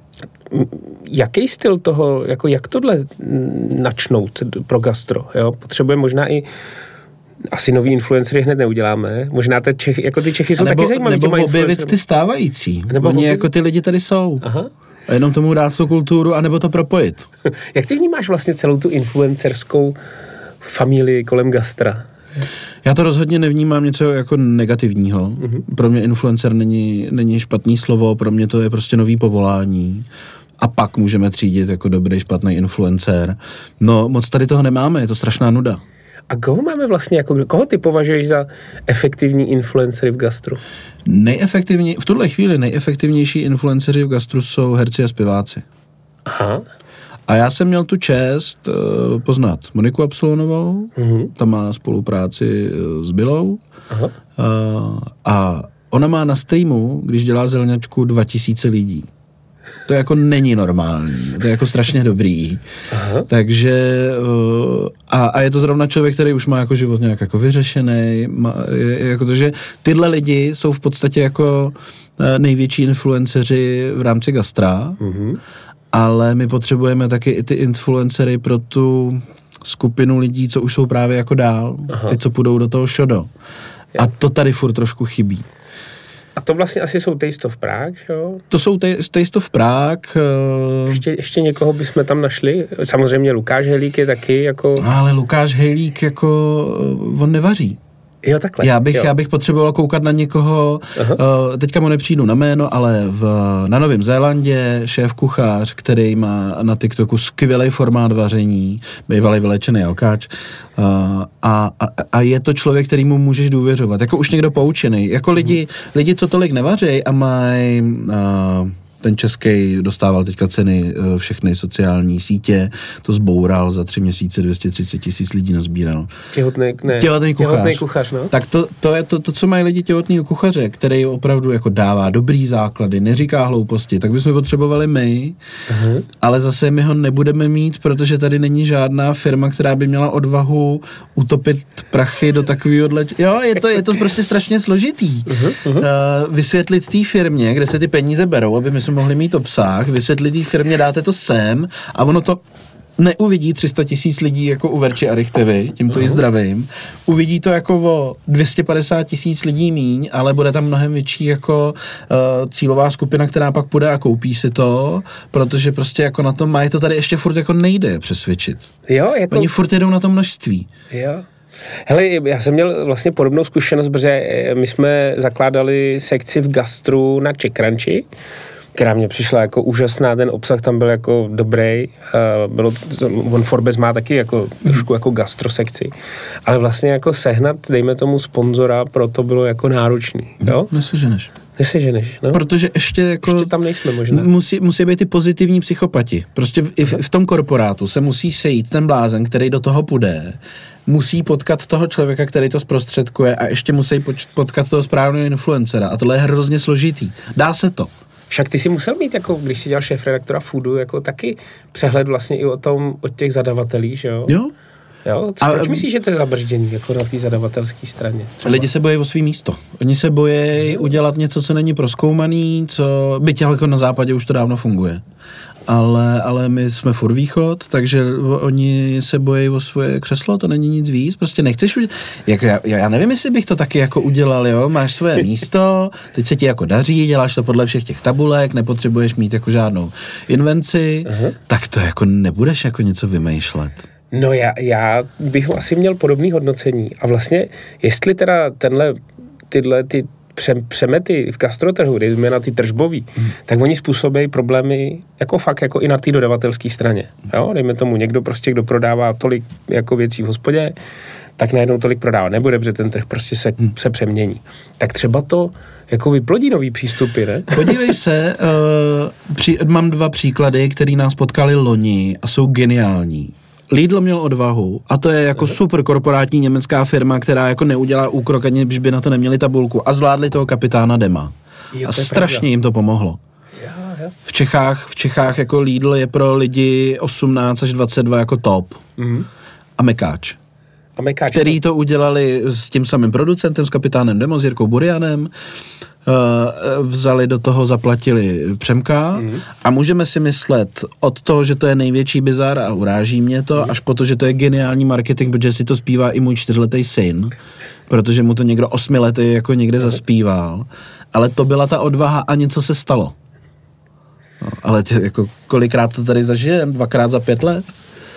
jaký styl toho, jako jak tohle načnout pro gastro, jo? Potřebujeme možná i asi nový influencery hned neuděláme. Možná ty Čechy, jako ty Čechy jsou nebo, taky zajímaví. Nebo objevit ty stávající. Nebo oni objevit? Jako ty lidi tady jsou. Aha. A jenom tomu dát tu kulturu, anebo to propojit. Jak ty vnímáš vlastně celou tu influencerskou familii kolem gastra? Já to rozhodně nevnímám něco jako negativního. Uh-huh. Pro mě influencer není, není špatný slovo, pro mě to je prostě nový povolání. A pak můžeme třídit jako dobrý, špatný influencer. No, moc tady toho nemáme, je to strašná nuda. A koho máme vlastně, jako, koho ty považuješ za efektivní influencery v gastru? Nejefektivní, v tuhle chvíli nejefektivnější influenceři v gastru jsou herci a zpěváci. Aha. A já jsem měl tu čest uh, poznat Moniku Absolonovou, uh-huh. ta má spolupráci uh, s Billou. Aha. Uh, a ona má na streamu, když dělá zelňačku, dva tisíce lidí. To jako není normální, to je jako strašně dobrý. Aha. Takže a, a je to zrovna člověk, který už má jako život nějak jako vyřešený, má, je, jako to, že tyhle lidi jsou v podstatě jako největší influenceři v rámci gastra, uh-huh. ale my potřebujeme taky i ty influencery pro tu skupinu lidí, co už jsou právě jako dál, Aha. ty, co půjdou do toho šodo. A to tady furt trošku chybí. A to vlastně asi jsou Taste of Prague, že jo? To jsou Taste of Prague. Uh... Ještě, ještě někoho bychom tam našli? Samozřejmě Lukáš Hejlík je taky jako... Ale Lukáš Hejlík jako... on nevaří. Jo, takhle. Já bych, jo. já bych potřeboval koukat na někoho, uh, teďka mu nepřijdu na jméno, ale v, na Novém Zélandě šéf kuchař, který má na TikToku skvělý formát vaření, bývalý vylečený alkáč, uh, a, a, a je to člověk, kterýmu můžeš důvěřovat. Jako už někdo poučený. Jako lidi, lidi co tolik nevařejí a mají... Uh, ten český dostával teďka ceny všechny sociální sítě, to zboural za tři měsíce, dvě stě třicet tisíc lidí nazbíral. Těhotný, ne, těhotný kuchař. Těhotný kuchař, no. Tak to, to je to, to, co mají lidi těhotného kuchaře, který opravdu jako dává dobrý základy, neříká hlouposti, tak bychom potřebovali my, uh-huh. ale zase my ho nebudeme mít, protože tady není žádná firma, která by měla odvahu utopit prachy do takového dle... Jo, je to, je to prostě strašně složitý. Uh-huh, uh-huh. Uh, vysvětlit té firmě, kde se ty peníze berou, aby my jsme mohli mít obsah, vysvětlit té firmě, dáte to sem a ono to neuvidí tři sta tisíc lidí jako u Verči a Richtivy, tímto i zdravím. Uvidí to jako o dvě stě padesát tisíc lidí míň, ale bude tam mnohem větší jako uh, cílová skupina, která pak půjde a koupí si to, protože prostě jako na tom mají to tady ještě furt jako nejde přesvědčit. Jo, jako... Oni furt jedou na to množství. Jo. Hele, já jsem měl vlastně podobnou zkušenost, protože my jsme zakládali sekci v gastru na CzechCrunchy, která mě přišla jako úžasná, ten obsah tam byl jako dobrý, bylo, on Forbes má taky jako trošku jako gastrosekci, ale vlastně jako sehnat, dejme tomu sponzora, proto bylo jako náročný, jo? Neseženeš. Neseženeš, no. Protože ještě jako... Ještě tam nejsme možná. Musí, musí být ty pozitivní psychopati. Prostě v, i v, v tom korporátu se musí sejít ten blázen, který do toho půjde, musí potkat toho člověka, který to zprostředkuje a ještě musí potkat toho správného influencera. A tohle je hrozně složitý. Dá se to. Však ty si musel mít, jako, když jsi dělal šéfredaktora Foodu, jako taky přehled vlastně i o tom, od těch zadavatelů, že jo? Jo. Jo? Co, a, proč myslíš, že to je zabržděný, jako na té zadavatelské straně? Třeba? Lidi se bojí o svý místo. Oni se bojí udělat něco, co není prozkoumaný, co byť jako na západě už to dávno funguje. Ale, ale my jsme furt východ, takže oni se bojí o svoje křeslo, to není nic víc, prostě nechceš udělat, jako já, já nevím, jestli bych to taky jako udělal, jo, máš svoje místo, teď se ti jako daří, děláš to podle všech těch tabulek, nepotřebuješ mít jako žádnou invenci, uh-huh. tak to jako nebudeš jako něco vymýšlet. No já, já bych asi měl podobný hodnocení a vlastně, jestli teda tenhle, tyhle, ty přemety v gastrotrhu, dejme na ty tržbový, hmm. tak oni způsobí problémy jako fakt jako i na té dodavatelské straně. Jo? Dejme tomu někdo prostě, kdo prodává tolik jako věcí v hospodě, tak najednou tolik prodává nebude, protože ten trh prostě se, hmm. se přemění. Tak třeba to jako vyplodí nový přístupy, ne? Podívej se, uh, při, mám dva příklady, které nás potkali loni a jsou geniální. Lidl měl odvahu a to je jako uh-huh. super korporátní německá firma, která jako neudělá úkrok, ani když by na to neměli tabulku a zvládli toho kapitána Dema. Jo, a strašně pravda. Jim to pomohlo. Jo, jo. V Čechách, v Čechách jako Lidl je pro lidi osmnáct až dvacet dva jako top. Uh-huh. A Mekáč. A Mekáč. Který to udělali s tím samým producentem, s kapitánem Demo, s Jirkou Burianem. Uh, vzali do toho, zaplatili Přemka mm. a můžeme si myslet od toho, že to je největší bizar a uráží mě to, mm. až po to, že to je geniální marketing, protože si to zpívá i můj čtyřletý syn, protože mu to někdo osmiletý jako někde mm. zaspíval, ale to byla ta odvaha a něco se stalo. No, ale tě, jako kolikrát to tady zažijem? Dvakrát za pět let?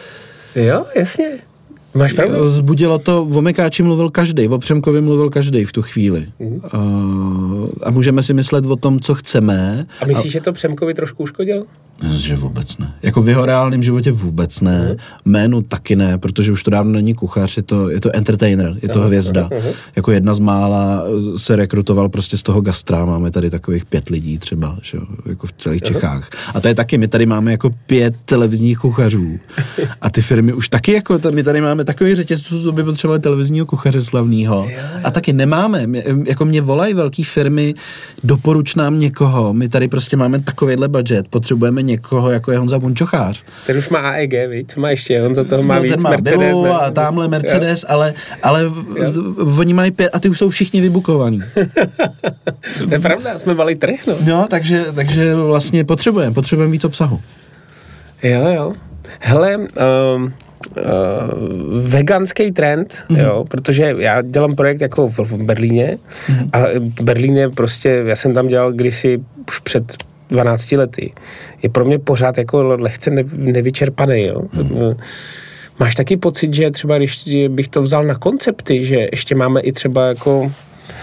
Jo, jasně. Máš pravdu? Zbudilo to, o Mekáči mluvil každej, o Přemkovi mluvil každej v tu chvíli. Mm. Uh, a můžeme si myslet o tom, co chceme. A myslíš, a... že to Přemkovi trošku uškodil? Že vůbec ne. Jako v jeho reálném životě vůbec ne. Mm. Jménu taky ne, protože už to dávno není kuchař, je to, je to entertainer, je to uh, hvězda. Uh, uh, uh. Jako jedna z mála se rekrutoval prostě z toho gastra, máme tady takových pět lidí třeba, že jo, jako v celých uh. Čechách. A to je taky, my tady máme jako pět televizních kuchařů. A ty firmy už taky jako, my tady máme takový řetězců, co by potřebovali televizního kuchaře slavného. A taky nemáme. Mě, jako mě volají velký firmy, doporuč nám někoho. My tady prostě máme takovýhle budget. Potřebujeme někoho, jako je Honza Bunčochář. Ten už má A E G, víc? Co má ještě? Honza toho má no, víc, má Mercedes. Ne? A tamhle Mercedes, jo. ale, ale oni mají pět a ty už jsou všichni vybukovaní. To je pravda, jsme malý trh, no. No, takže, takže vlastně potřebujeme, potřebujeme víc obsahu. Jo, jo. Hele, um, Uh, veganský trend, mm. jo, protože já dělám projekt jako v, v Berlíně mm. a Berlín je prostě, já jsem tam dělal kdysi už před dvanácti lety. Je pro mě pořád jako lehce ne, nevyčerpaný, jo. Mm. Máš taky pocit, že třeba když bych to vzal na koncepty, že ještě máme i třeba jako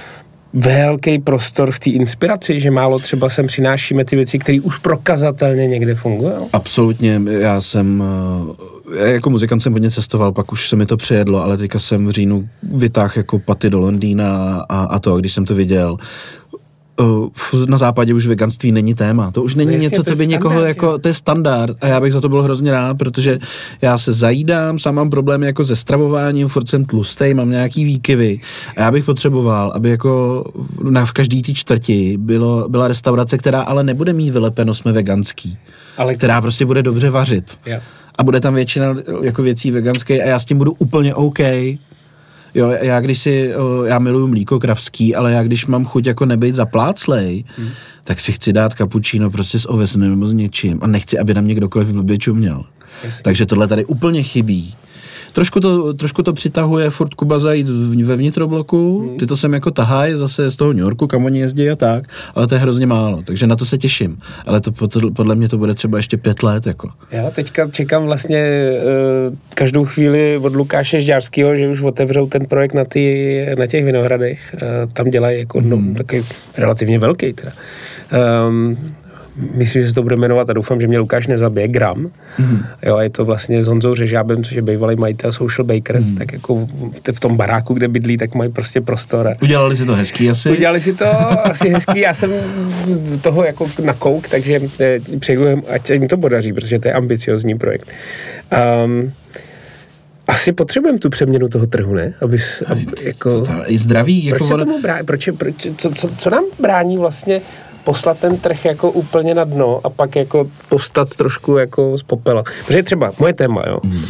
velký prostor v té inspiraci, že málo třeba sem přinášíme ty věci, které už prokazatelně někde fungují? Absolutně, já jsem, já jako muzikant jsem hodně cestoval, pak už se mi to přejedlo, ale teďka jsem v říjnu vytáhl jako paty do Londýna a, a to, když jsem to viděl, na západě už veganství není téma. To už není Jasně, něco, co by někoho jako, to je standard a já bych za to byl hrozně rád, protože já se zajídám, sám mám problémy jako se stravováním, furt jsem tlustej, mám nějaký výkyvy a já bych potřeboval, aby jako na, v každý té čtvrti bylo, byla restaurace, která ale nebude mít vylepeno jsme veganský, ale která prostě bude dobře vařit. Yeah. A bude tam většina jako věcí veganské a já s tím budu úplně OK. Jo, já když si, já miluju mlíko kravský, ale já když mám chuť jako nebejt zapláclej, hmm. tak si chci dát kapučíno prostě s ovesem nebo s něčím a nechci, aby na mě kdokoliv blbě čuměl. Jasně. Takže tohle tady úplně chybí. Trošku to, trošku to přitahuje furt Kuba Zajíc ve vnitrobloku, hmm. ty to sem jako tahají zase z toho New Yorku, kam oni jezdí a tak, ale to je hrozně málo, takže na to se těším. Ale to podle mě to bude třeba ještě pět let, jako. Já teďka čekám vlastně uh, každou chvíli od Lukáše Žďárskýho, že už otevřou ten projekt na, ty, na těch Vinohradech, uh, tam dělají jako hmm. no, takový relativně velký teda. Um, Myslím, že se to bude jmenovat a doufám, že mě Lukáš nezabije, Gram. Mm. Jo, a je to vlastně s Honzou Řežábem, což je bývalý majitel Social Bakers, mm. tak jako v, v tom baráku, kde bydlí, tak mají prostě prostor. Udělali si to hezký asi? Udělali si to asi hezký, já jsem z toho jako nakouk, takže přeju, ať se jim to podaří, protože to je ambiciozní projekt. Um, Asi potřebujeme tu přeměnu toho trhu, ne? Aby, aby jako... I zdraví. Proč jako se tomu brání? Proč, proč, co, co, co nám brání vlastně poslat ten trh jako úplně na dno a pak jako povstat trošku jako z popela? Protože třeba moje téma, jo. Mm. Uh,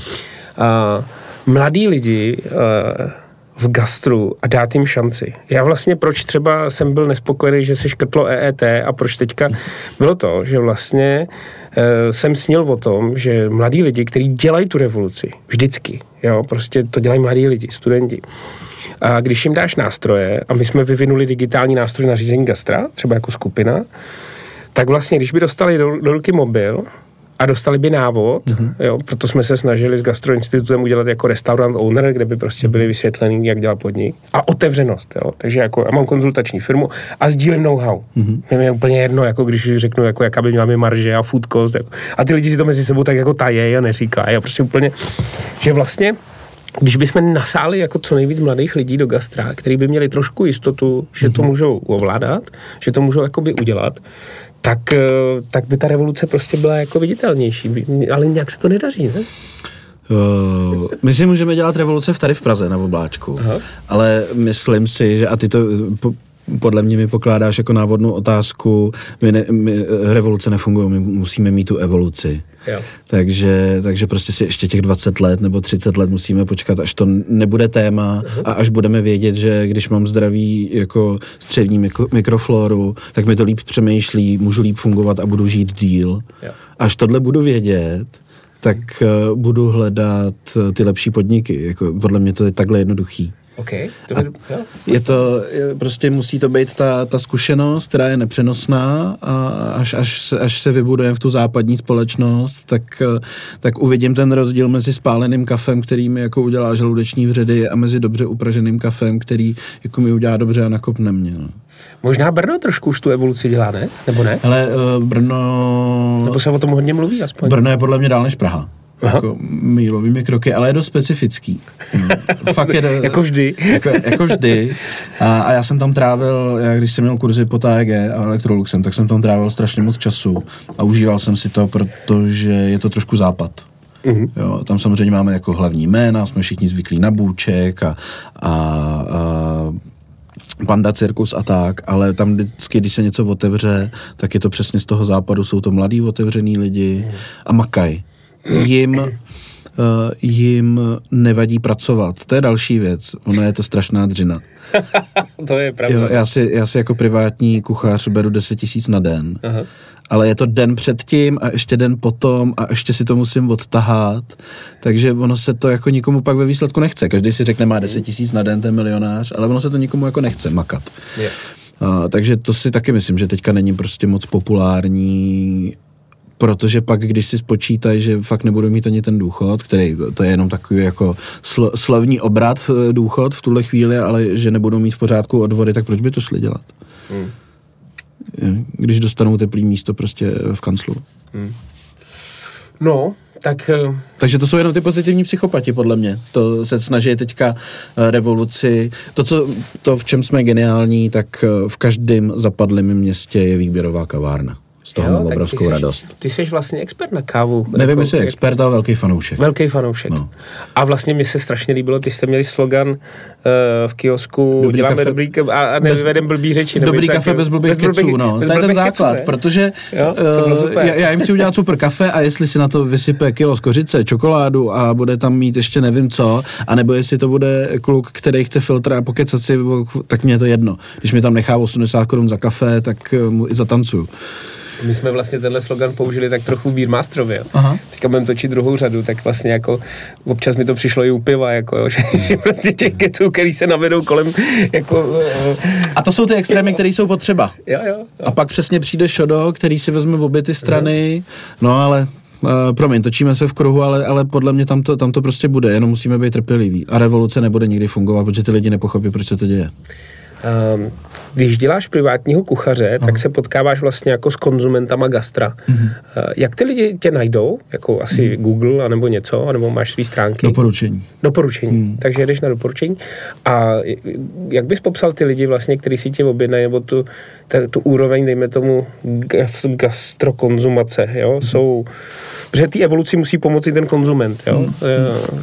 mladí lidi uh, v gastru a dát jim šanci. Já vlastně proč třeba jsem byl nespokojený, že se škrtlo E E T a proč teďka bylo to, že vlastně uh, jsem snil o tom, že mladí lidi, kteří dělají tu revoluci, vždycky, jo, prostě to dělají mladí lidi, studenti. A když jim dáš nástroje, a my jsme vyvinuli digitální nástroj na řízení gastra, třeba jako skupina, tak vlastně, když by dostali do, do ruky mobil a dostali by návod, mm-hmm. jo, proto jsme se snažili s Gastroinstitutem udělat jako restaurant owner, kde by prostě byli vysvětlený, jak dělá podnik. A otevřenost, jo. Takže jako já mám konzultační firmu a sdílím know-how. Mm-hmm. Mě je úplně jedno, jako když řeknu, jako jaká by měla mi marže a food cost. Jako. A ty lidi si to mezi sebou tak jako tajejí a neříkají. A prostě úplně, že vlastně když bychom nasáli jako co nejvíc mladých lidí do gastra, který by měli trošku jistotu, že to můžou ovládat, že to můžou jakoby udělat, tak, tak by ta revoluce prostě byla jako viditelnější. Ale nějak se to nedaří, ne? Uh, my si můžeme dělat revoluce v tady v Praze na Obláčku, aha. ale myslím si, že a ty to po, podle mě mi pokládáš jako návodnou otázku, my, ne, my revoluce nefungují, my musíme mít tu evoluci. Jo. Takže, takže prostě si ještě těch dvacet let nebo třicet let musíme počkat, až to nebude téma uh-huh. a až budeme vědět, že když mám zdravý jako střevní mikro, mikrofloru, tak mi to líp přemýšlí, můžu líp fungovat a budu žít díl. Jo. Až tohle budu vědět, tak uh, budu hledat uh, ty lepší podniky. Jako, podle mě to je takhle jednoduchý. Okay, to by, jo. Je to, prostě musí to být ta, ta zkušenost, která je nepřenosná a až, až, se, až se vybudujeme v tu západní společnost, tak, tak uvidím ten rozdíl mezi spáleným kafem, který mi jako udělá žaludeční vředy a mezi dobře upraženým kafem, který jako mi udělá dobře a nakopne mě. No. Možná Brno trošku už tu evoluci dělá, ne? Nebo ne? Ale uh, Brno... Nebo se o tom hodně mluví aspoň. Brno je podle mě dál než Praha. Jako mílovými kroky, ale je dost specifický. No, fakt je do, jako vždy. Jako, jako vždy. A, a já jsem tam trávil, já když jsem měl kurzy po T A G a Electroluxem, tak jsem tam trávil strašně moc času a užíval jsem si to, protože je to trošku západ. Mm-hmm. Jo, tam samozřejmě máme jako hlavní jména, jsme všichni zvyklí na Bůček a, a, a Panda Cirkus a tak, ale tam vždycky, když se něco otevře, tak je to přesně z toho západu, jsou to mladí otevřený lidi a makaj. Jim, uh, jim nevadí pracovat. To je další věc. Ono je to strašná dřina. To je pravda. Jo, já, si, já si jako privátní kuchař beru deset tisíc na den. Aha. ale je to den předtím a ještě den potom a ještě si to musím odtahat, takže ono se to jako nikomu pak ve výsledku nechce. Každý si řekne, má deset tisíc na den, ten milionář, ale ono se to nikomu jako nechce makat. Yeah. Uh, takže to si taky myslím, že teďka není prostě moc populární, protože pak, když si spočítají, že fakt nebudou mít ani ten důchod, který, to je jenom takový jako sl- slavní obrat důchod v tuhle chvíli, ale že nebudou mít v pořádku odvody, tak proč by to šli dělat? Hmm. Když dostanou teplý místo prostě v kanclu. Hmm. No, tak... Takže to jsou jenom ty pozitivní psychopati, podle mě. To se snaží teďka revoluci. To, co, to, v čem jsme geniální, tak v každém zapadlém městě je výběrová kavárna. Z toho jo, mám obrovskou ty radost. Jsi, ty jsi vlastně expert na kávu. Nevím, jako, jestli je expert, ale velký fanoušek. Velký fanoušek. No. A vlastně mi se strašně líbilo, ty jste měli slogan uh, v kiosku, dobrý děláme kafe, dobrý kafe a nevyvedem blbý řeči. Dobrý kafe bez blbých keců, no. To je ten základ, keců, protože jo, uh, já, já jim chci udělat super kafe a jestli si na to vysype kilo z kořice, čokoládu a bude tam mít ještě nevím co, anebo jestli to bude kluk, který chce filtr a pokecat si, tak mě je to jedno. Když mi tam nechá osmdesát korun za kafe, tak mu i zatancuju. My jsme vlastně tenhle slogan použili tak trochu v Beermasterovi, jo. Aha. Teďka budeme točit druhou řadu, tak vlastně jako občas mi to přišlo i u piva, jako jo, že, že prostě těch keců, který se navedou kolem, jako... A to jsou ty extrémy, které jsou potřeba. Jo, jo, jo. A pak přesně přijde šodo, který si vezme v obě ty strany, no, no ale... Uh, promiň, točíme se v kruhu, ale, ale podle mě tam to, tam to prostě bude, jenom musíme být trpěliví. A revoluce nebude nikdy fungovat, protože ty lidi nepochopí, proč se to děje. Um, když děláš privátního kuchaře, Aha. tak se potkáváš vlastně jako s konzumentama gastra. Mm-hmm. Uh, jak ty lidi tě najdou? Jako asi mm-hmm. Google anebo něco, anebo máš svý stránky? Doporučení. Doporučení. Mm. Takže jedeš na doporučení. A jak bys popsal ty lidi vlastně, kteří si tě objednají, nebo tu, ta, tu úroveň, dejme tomu, gas, gastrokonzumace, jo? Mm. Jsou... Protože té evoluci musí pomoci ten konzument, jo? Mm. Uh,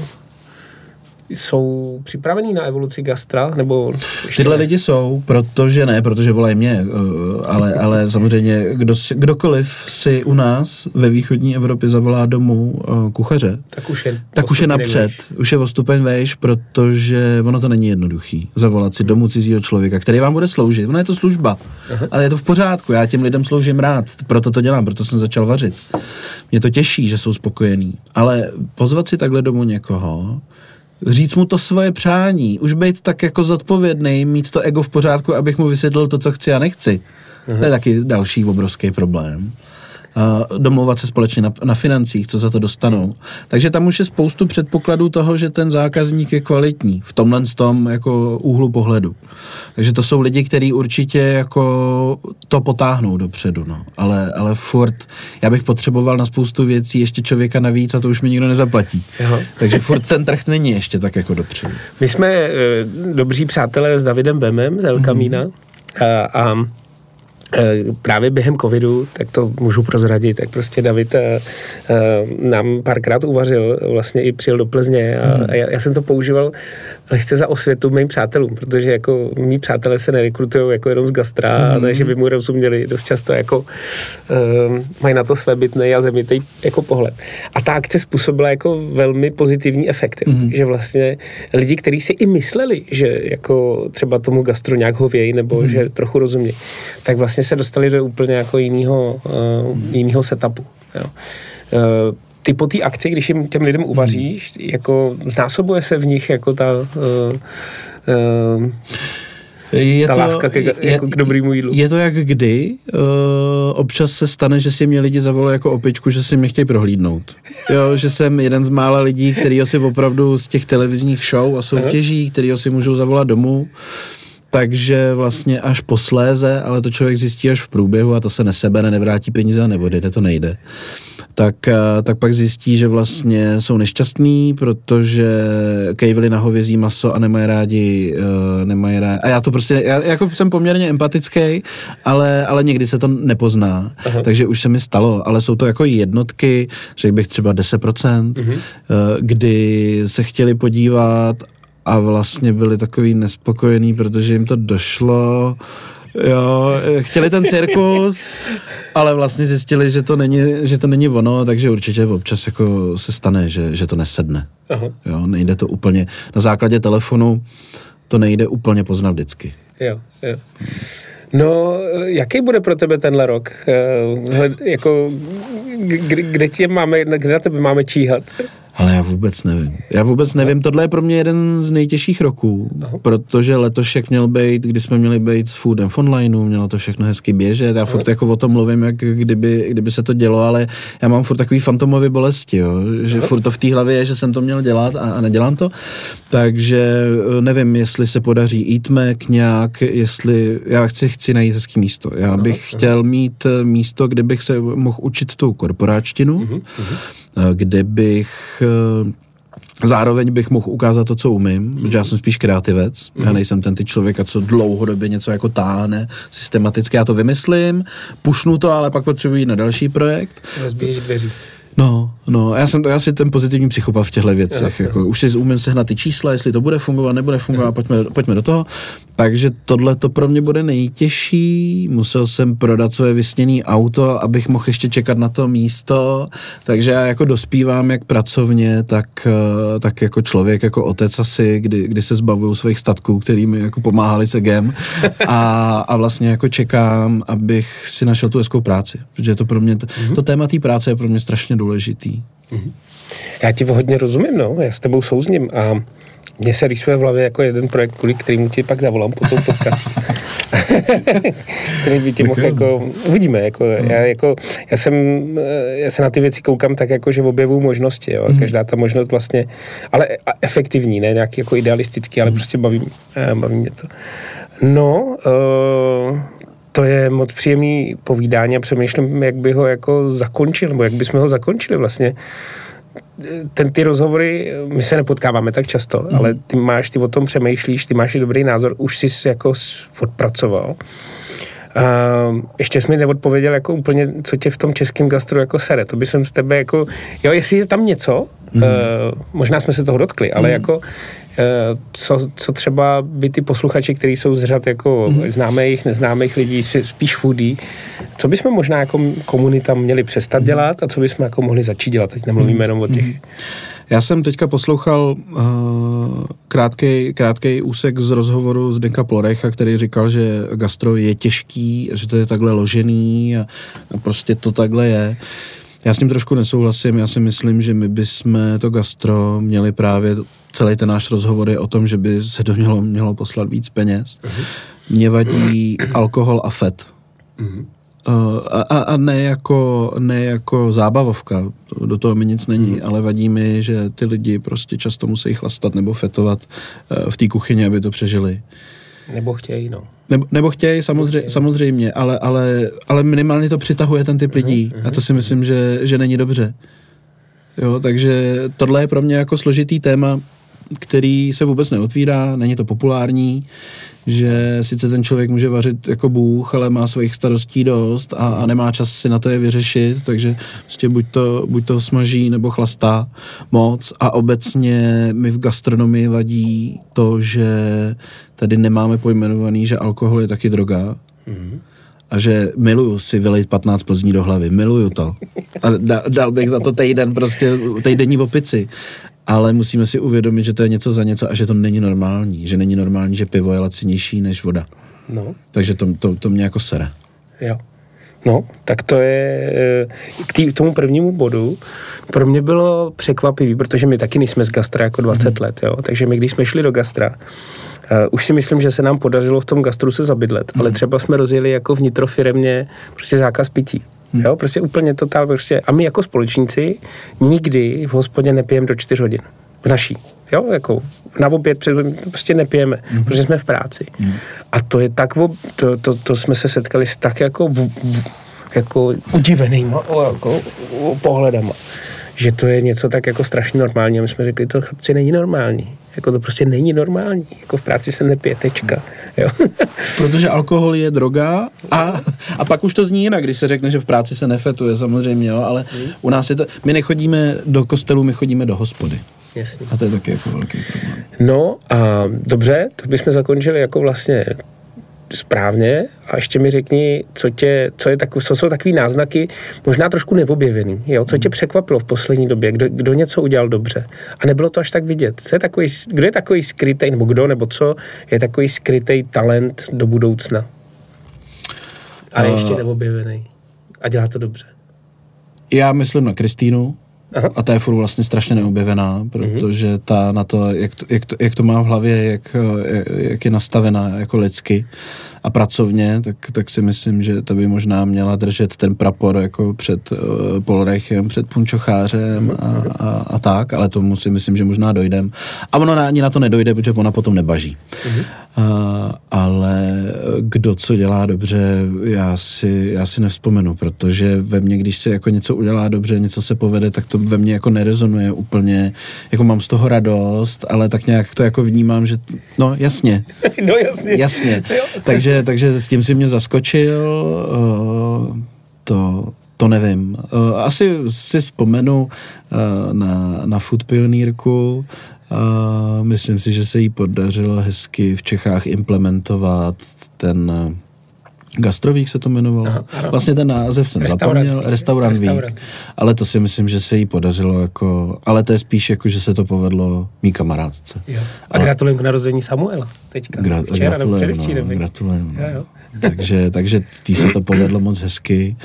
jsou připravení na evoluci gastra, nebo... Tyhle ne? Lidi jsou, protože ne, protože volají mě, ale, ale samozřejmě kdo, kdokoliv si u nás ve východní Evropě zavolá domů kuchaře, tak už je, tak už je napřed, vejš. Už je o stupeň vejš, protože ono to není jednoduchý, zavolat si domů cizího člověka, který vám bude sloužit. Ono je to služba, Aha. ale je to v pořádku, já těm lidem sloužím rád, proto to dělám, proto jsem začal vařit. Mě to těší, že jsou spokojení, ale pozvat si takhle domů někoho, říct mu to svoje přání, už být tak jako zodpovědný, mít to ego v pořádku, abych mu vysvětlil to, co chci a nechci. Aha. To je taky další obrovský problém. Uh, domlouvat se společně na, na financích, co za to dostanou. Takže tam už je spoustu předpokladů toho, že ten zákazník je kvalitní v tomhle tom jako úhlu pohledu. Takže to jsou lidi, kteří určitě jako to potáhnou dopředu, no. Ale, ale furt, já bych potřeboval na spoustu věcí ještě člověka navíc a to už mi nikdo nezaplatí. Aha. Takže furt ten trh není ještě tak jako dopředu. My jsme e, dobří přátelé s Davidem Bemem z El Camina mm-hmm. a, a právě během covidu, tak to můžu prozradit, tak prostě David a, a, nám párkrát uvařil, vlastně i přijel do Plzně a, mm. a já, já jsem to používal lehce za osvětu mým přátelům, protože jako mý přátelé se nerekrutujou jako jenom z gastra, mm. a ne, že by mu rozuměli, dost často jako uh, mají na to své bytnej a zemitej jako pohled. A ta akce způsobila jako velmi pozitivní efekt, mm. že vlastně lidi, kteří si i mysleli, že jako třeba tomu gastru nějak hovějí, nebo mm. že trochu rozumějí, tak vlastně se dostali do úplně jako jinýho, uh, jinýho setupu. Jo. Uh, ty po té akci, když jim těm lidem uvaříš, hmm. jako znásobuje se v nich jako ta, uh, uh, je ta to, láska ke, je, jako k dobrýmu jídlu. Je to jak kdy, uh, občas se stane, že si mě lidi zavolají jako opičku, že si mě chtějí prohlídnout. Jo, že jsem jeden z mála lidí, kterýho si opravdu z těch televizních show a soutěží, kterýho si můžou zavolat domů. Takže vlastně až posléze, ale to člověk zjistí až v průběhu a to se nesebere, nevrátí peníze a neodejde, to nejde. Tak, tak pak zjistí, že vlastně jsou nešťastní, protože kejvili na hovězí maso a nemají rádi, nemají rádi. A já to prostě, já jako jsem poměrně empatický, ale, ale někdy se to nepozná. Aha. Takže už se mi stalo, ale jsou to jako jednotky, řekl bych třeba deset procent, uh-huh. kdy se chtěli podívat a vlastně byli takový nespokojení, protože jim to došlo, jo, chtěli ten cirkus, ale vlastně zjistili, že to není, že to není ono, takže určitě občas jako se stane, že, že to nesedne. Aha. Jo, nejde to úplně, na základě telefonu to nejde úplně poznat vždycky. Jo, jo. No, jaký bude pro tebe tenhle rok? E, jako, kde, kde tě máme, kde na tebe máme číhat? Ale já vůbec nevím. Já vůbec nevím, tohle je pro mě jeden z nejtěžších roků, Aha. protože letošek měl být, kdy jsme měli být s foodem v onlineu, mělo to všechno hezky běžet, já Aha. furt jako o tom mluvím, jak kdyby, kdyby se to dělo, ale já mám furt takový fantomové bolesti, jo, že Aha. furt to v té hlavě je, že jsem to měl dělat a, a nedělám to, takže nevím, jestli se podaří Eat Mac nějak, jestli, já chci, chci najít hezký místo, já bych Aha. chtěl mít místo, kde bych se mohl učit tu korporáčtinu, Aha. kde bych zároveň bych mohl ukázat to, co umím, protože já jsem spíš kreativec, já nejsem ten ty člověk, co dlouhodobě něco jako táhne systematicky, já to vymyslím, pušnu to, ale pak potřebuji jít na další projekt. Rozbíjíš dveří. No, no, já jsem já si ten pozitivní psychopat v těchto věcech, jo, jako, už si umím sehnat ty čísla, jestli to bude fungovat, nebude fungovat, pojďme, pojďme do toho. Takže tohle to pro mě bude nejtěžší, musel jsem prodat své vysněné auto, abych mohl ještě čekat na to místo, takže já jako dospívám jak pracovně, tak, tak jako člověk, jako otec asi, kdy, kdy se zbavuju svých statků, který mi jako pomáhali se gem a, a vlastně jako čekám, abych si našel tu hezkou práci, protože to pro mě, to, to téma té práce je pro mě strašně důležitý. Já ti hodně rozumím, no, já s tebou souzním a mně se rýsuje v hlavě jako jeden projekt, kvůli kterému ti pak zavolám po tom podcastu. který by ti mohl jako, uvidíme, jako, no. já, jako, já jsem, já se na ty věci koukám tak jako, že objevuju možnosti, jo, mm. každá ta možnost vlastně, ale efektivní, ne nějaký jako idealistický, ale mm. prostě baví, baví mě to. No, uh, to je moc příjemný povídání a přemýšlím, jak by ho jako zakončil, nebo jak bychom ho zakončili vlastně. Ten, ty rozhovory, my se nepotkáváme tak často, mm. ale ty máš, ty o tom přemýšlíš, ty máš i dobrý názor, už jsi jako odpracoval. Uh, ještě jsi mi neodpověděl jako úplně, co tě v tom českém gastru jako sere. To by jsem z tebe jako, jo, jestli je tam něco, mm. uh, možná jsme se toho dotkli, ale mm. jako uh, co, co třeba by ty posluchači, kteří jsou z řad jako mm. známých, neznámých lidí, spíš foodie, co bychom možná jako komunita měli přestat mm. dělat a co bychom jako mohli začít dělat, teď nemluvíme mm. jenom o těch. Mm. Já jsem teďka poslouchal uh, krátkej, krátkej úsek z rozhovoru z Zdenka Plorecha, který říkal, že gastro je těžký, že to je takhle ložený a, a prostě to takhle je. Já s tím trošku nesouhlasím, já si myslím, že my bychom to gastro měli právě, celý ten náš rozhovor je o tom, že by se to mělo, mělo poslat víc peněz. Uh-huh. Mně vadí alkohol a fet. Uh-huh. A, a ne, jako, ne jako zábavovka, do toho mi nic není, ale vadí mi, že ty lidi prostě často musí chlastat nebo fetovat v té kuchyni, aby to přežili. Nebo chtějí, no. Nebo, nebo chtějí, samozřejmě, chtějí. samozřejmě ale, ale, ale minimálně to přitahuje ten typ lidí uh-huh, uh-huh. a to si myslím, že, že není dobře. Jo, takže tohle je pro mě jako složitý téma, který se vůbec neotvírá, není to populární, že sice ten člověk může vařit jako bůh, ale má svých starostí dost a, a nemá čas si na to je vyřešit, takže prostě buď to, buď to smaží nebo chlastá moc a obecně mi v gastronomii vadí to, že tady nemáme pojmenovaný, že alkohol je taky droga. Mm-hmm. A že miluju si vylejt patnáct plzní do hlavy, miluju to. A da, dal bych za to týden prostě, týdenní opici. Ale musíme si uvědomit, že to je něco za něco a že to není normální. Že není normální, že pivo je lacinější než voda. No. Takže to, to, to mě jako sere. Jo. No, tak to je k, tý, k tomu prvnímu bodu. Pro mě bylo překvapivý, protože my taky nejsme z gastra jako dvacet mm. let, jo. Takže my, když jsme šli do gastra, uh, už si myslím, že se nám podařilo v tom gastru se zabydlet, mm. ale třeba jsme rozjeli jako vnitrofiremně prostě zákaz pití. Jo, prostě úplně totál, prostě. A my jako společníci nikdy v hospodě nepijeme do čtyř hodin. V naší. Jo, jako na oběd před, prostě nepijeme, mm-hmm. protože jsme v práci. Mm. A to je tak, to, to, to jsme se setkali s tak jako, v, v, jako udivenýma jako, pohledama, že to je něco tak jako strašně normální. A my jsme řekli, to chlapci není normální. Jako to prostě není normální. Jako v práci se nepije, tečka. Jo? Protože alkohol je droga a, a pak už to zní jinak, když se řekne, že v práci se nefetuje samozřejmě, jo, ale hmm. u nás je to, my nechodíme do kostelu, my chodíme do hospody. Jasně. A to je taky jako velký problém. No a dobře, tak bychom zakončili jako vlastně správně a ještě mi řekni, co tě, co je takový, co jsou takový náznaky, možná trošku neobjevený, jo, co tě překvapilo v poslední době, kdo, kdo něco udělal dobře a nebylo to až tak vidět. Co je takový, kdo je takový skrytej, nebo kdo, nebo co je takový skrytej talent do budoucna? Ale ještě neobjevený. A dělá to dobře. Já myslím na Kristýnu. Aha. A ta je furt vlastně strašně neobjevená, protože ta na to, jak to, jak to, jak to má v hlavě, jak, jak je nastavená jako lidsky a pracovně, tak, tak si myslím, že ta by možná měla držet ten prapor jako před uh, Polreichem, před Punčochářem a, a, a tak, ale tomu si myslím, že možná dojdem. A ono ani na to nedojde, protože ona potom nebaží. Uh-huh. Uh, ale kdo co dělá dobře, já si, já si nevzpomenu, protože ve mně, když se jako něco udělá dobře, něco se povede, tak to ve mně jako nerezonuje úplně, jako mám z toho radost, ale tak nějak to jako vnímám, že no jasně. No jasně. Jasně. takže, takže s tím si mě zaskočil, uh, to, to nevím. Uh, asi si vzpomenu uh, na, na Food Pionýrku. Uh, myslím si, že se jí podařilo hezky v Čechách implementovat ten Gastrovík se to jmenovalo. Aha, aha. Vlastně ten název jsem zapomněl. Restaurant Week. Ale to si myslím, že se jí podařilo jako, ale to je spíš jako, že se to povedlo mý kamarádce. Jo. A gratulujem k narození Samuela teďka. Gra- Včera, gratulujem, no, gratulujem. No. Jo, jo. takže, takže tý se to povedlo moc hezky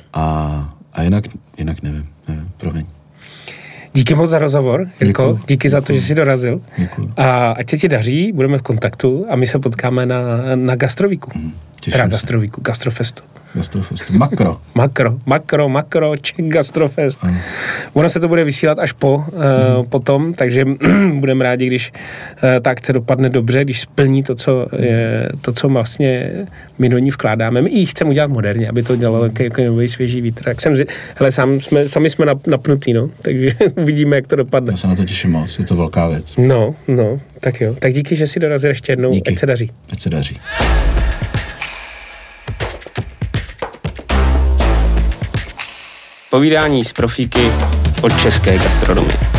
a, a jinak, jinak nevím, nevím, promiň. Díky moc za rozhovor, Jirko. Díky, Díky za to, že jsi dorazil. Děkuju. A ať se ti daří, budeme v kontaktu a my se potkáme na, na Gastrovíku. Hmm, teda Gastrovíku, Gastrofestu. Gastrofestu. Makro. makro, makro, makro, Czech Gastrofest. Hmm. Ono se to bude vysílat až po, hmm. uh, potom, takže budeme rádi, když uh, ta akce dopadne dobře, když splní to, co, je, to, co vlastně my do ní vkládáme. My ji chceme udělat moderně, aby to dělalo jako, jako nový svěží vítr. Tak jsem, hele, sám jsme, sami jsme napnutí, no, takže uvidíme, jak to dopadne. Já se na to těším moc, je to velká věc. No, no, tak jo. Tak díky, že jsi dorazil ještě jednou, díky. Ať se daří. Ať se daří. Povídání z profíky od české gastronomie.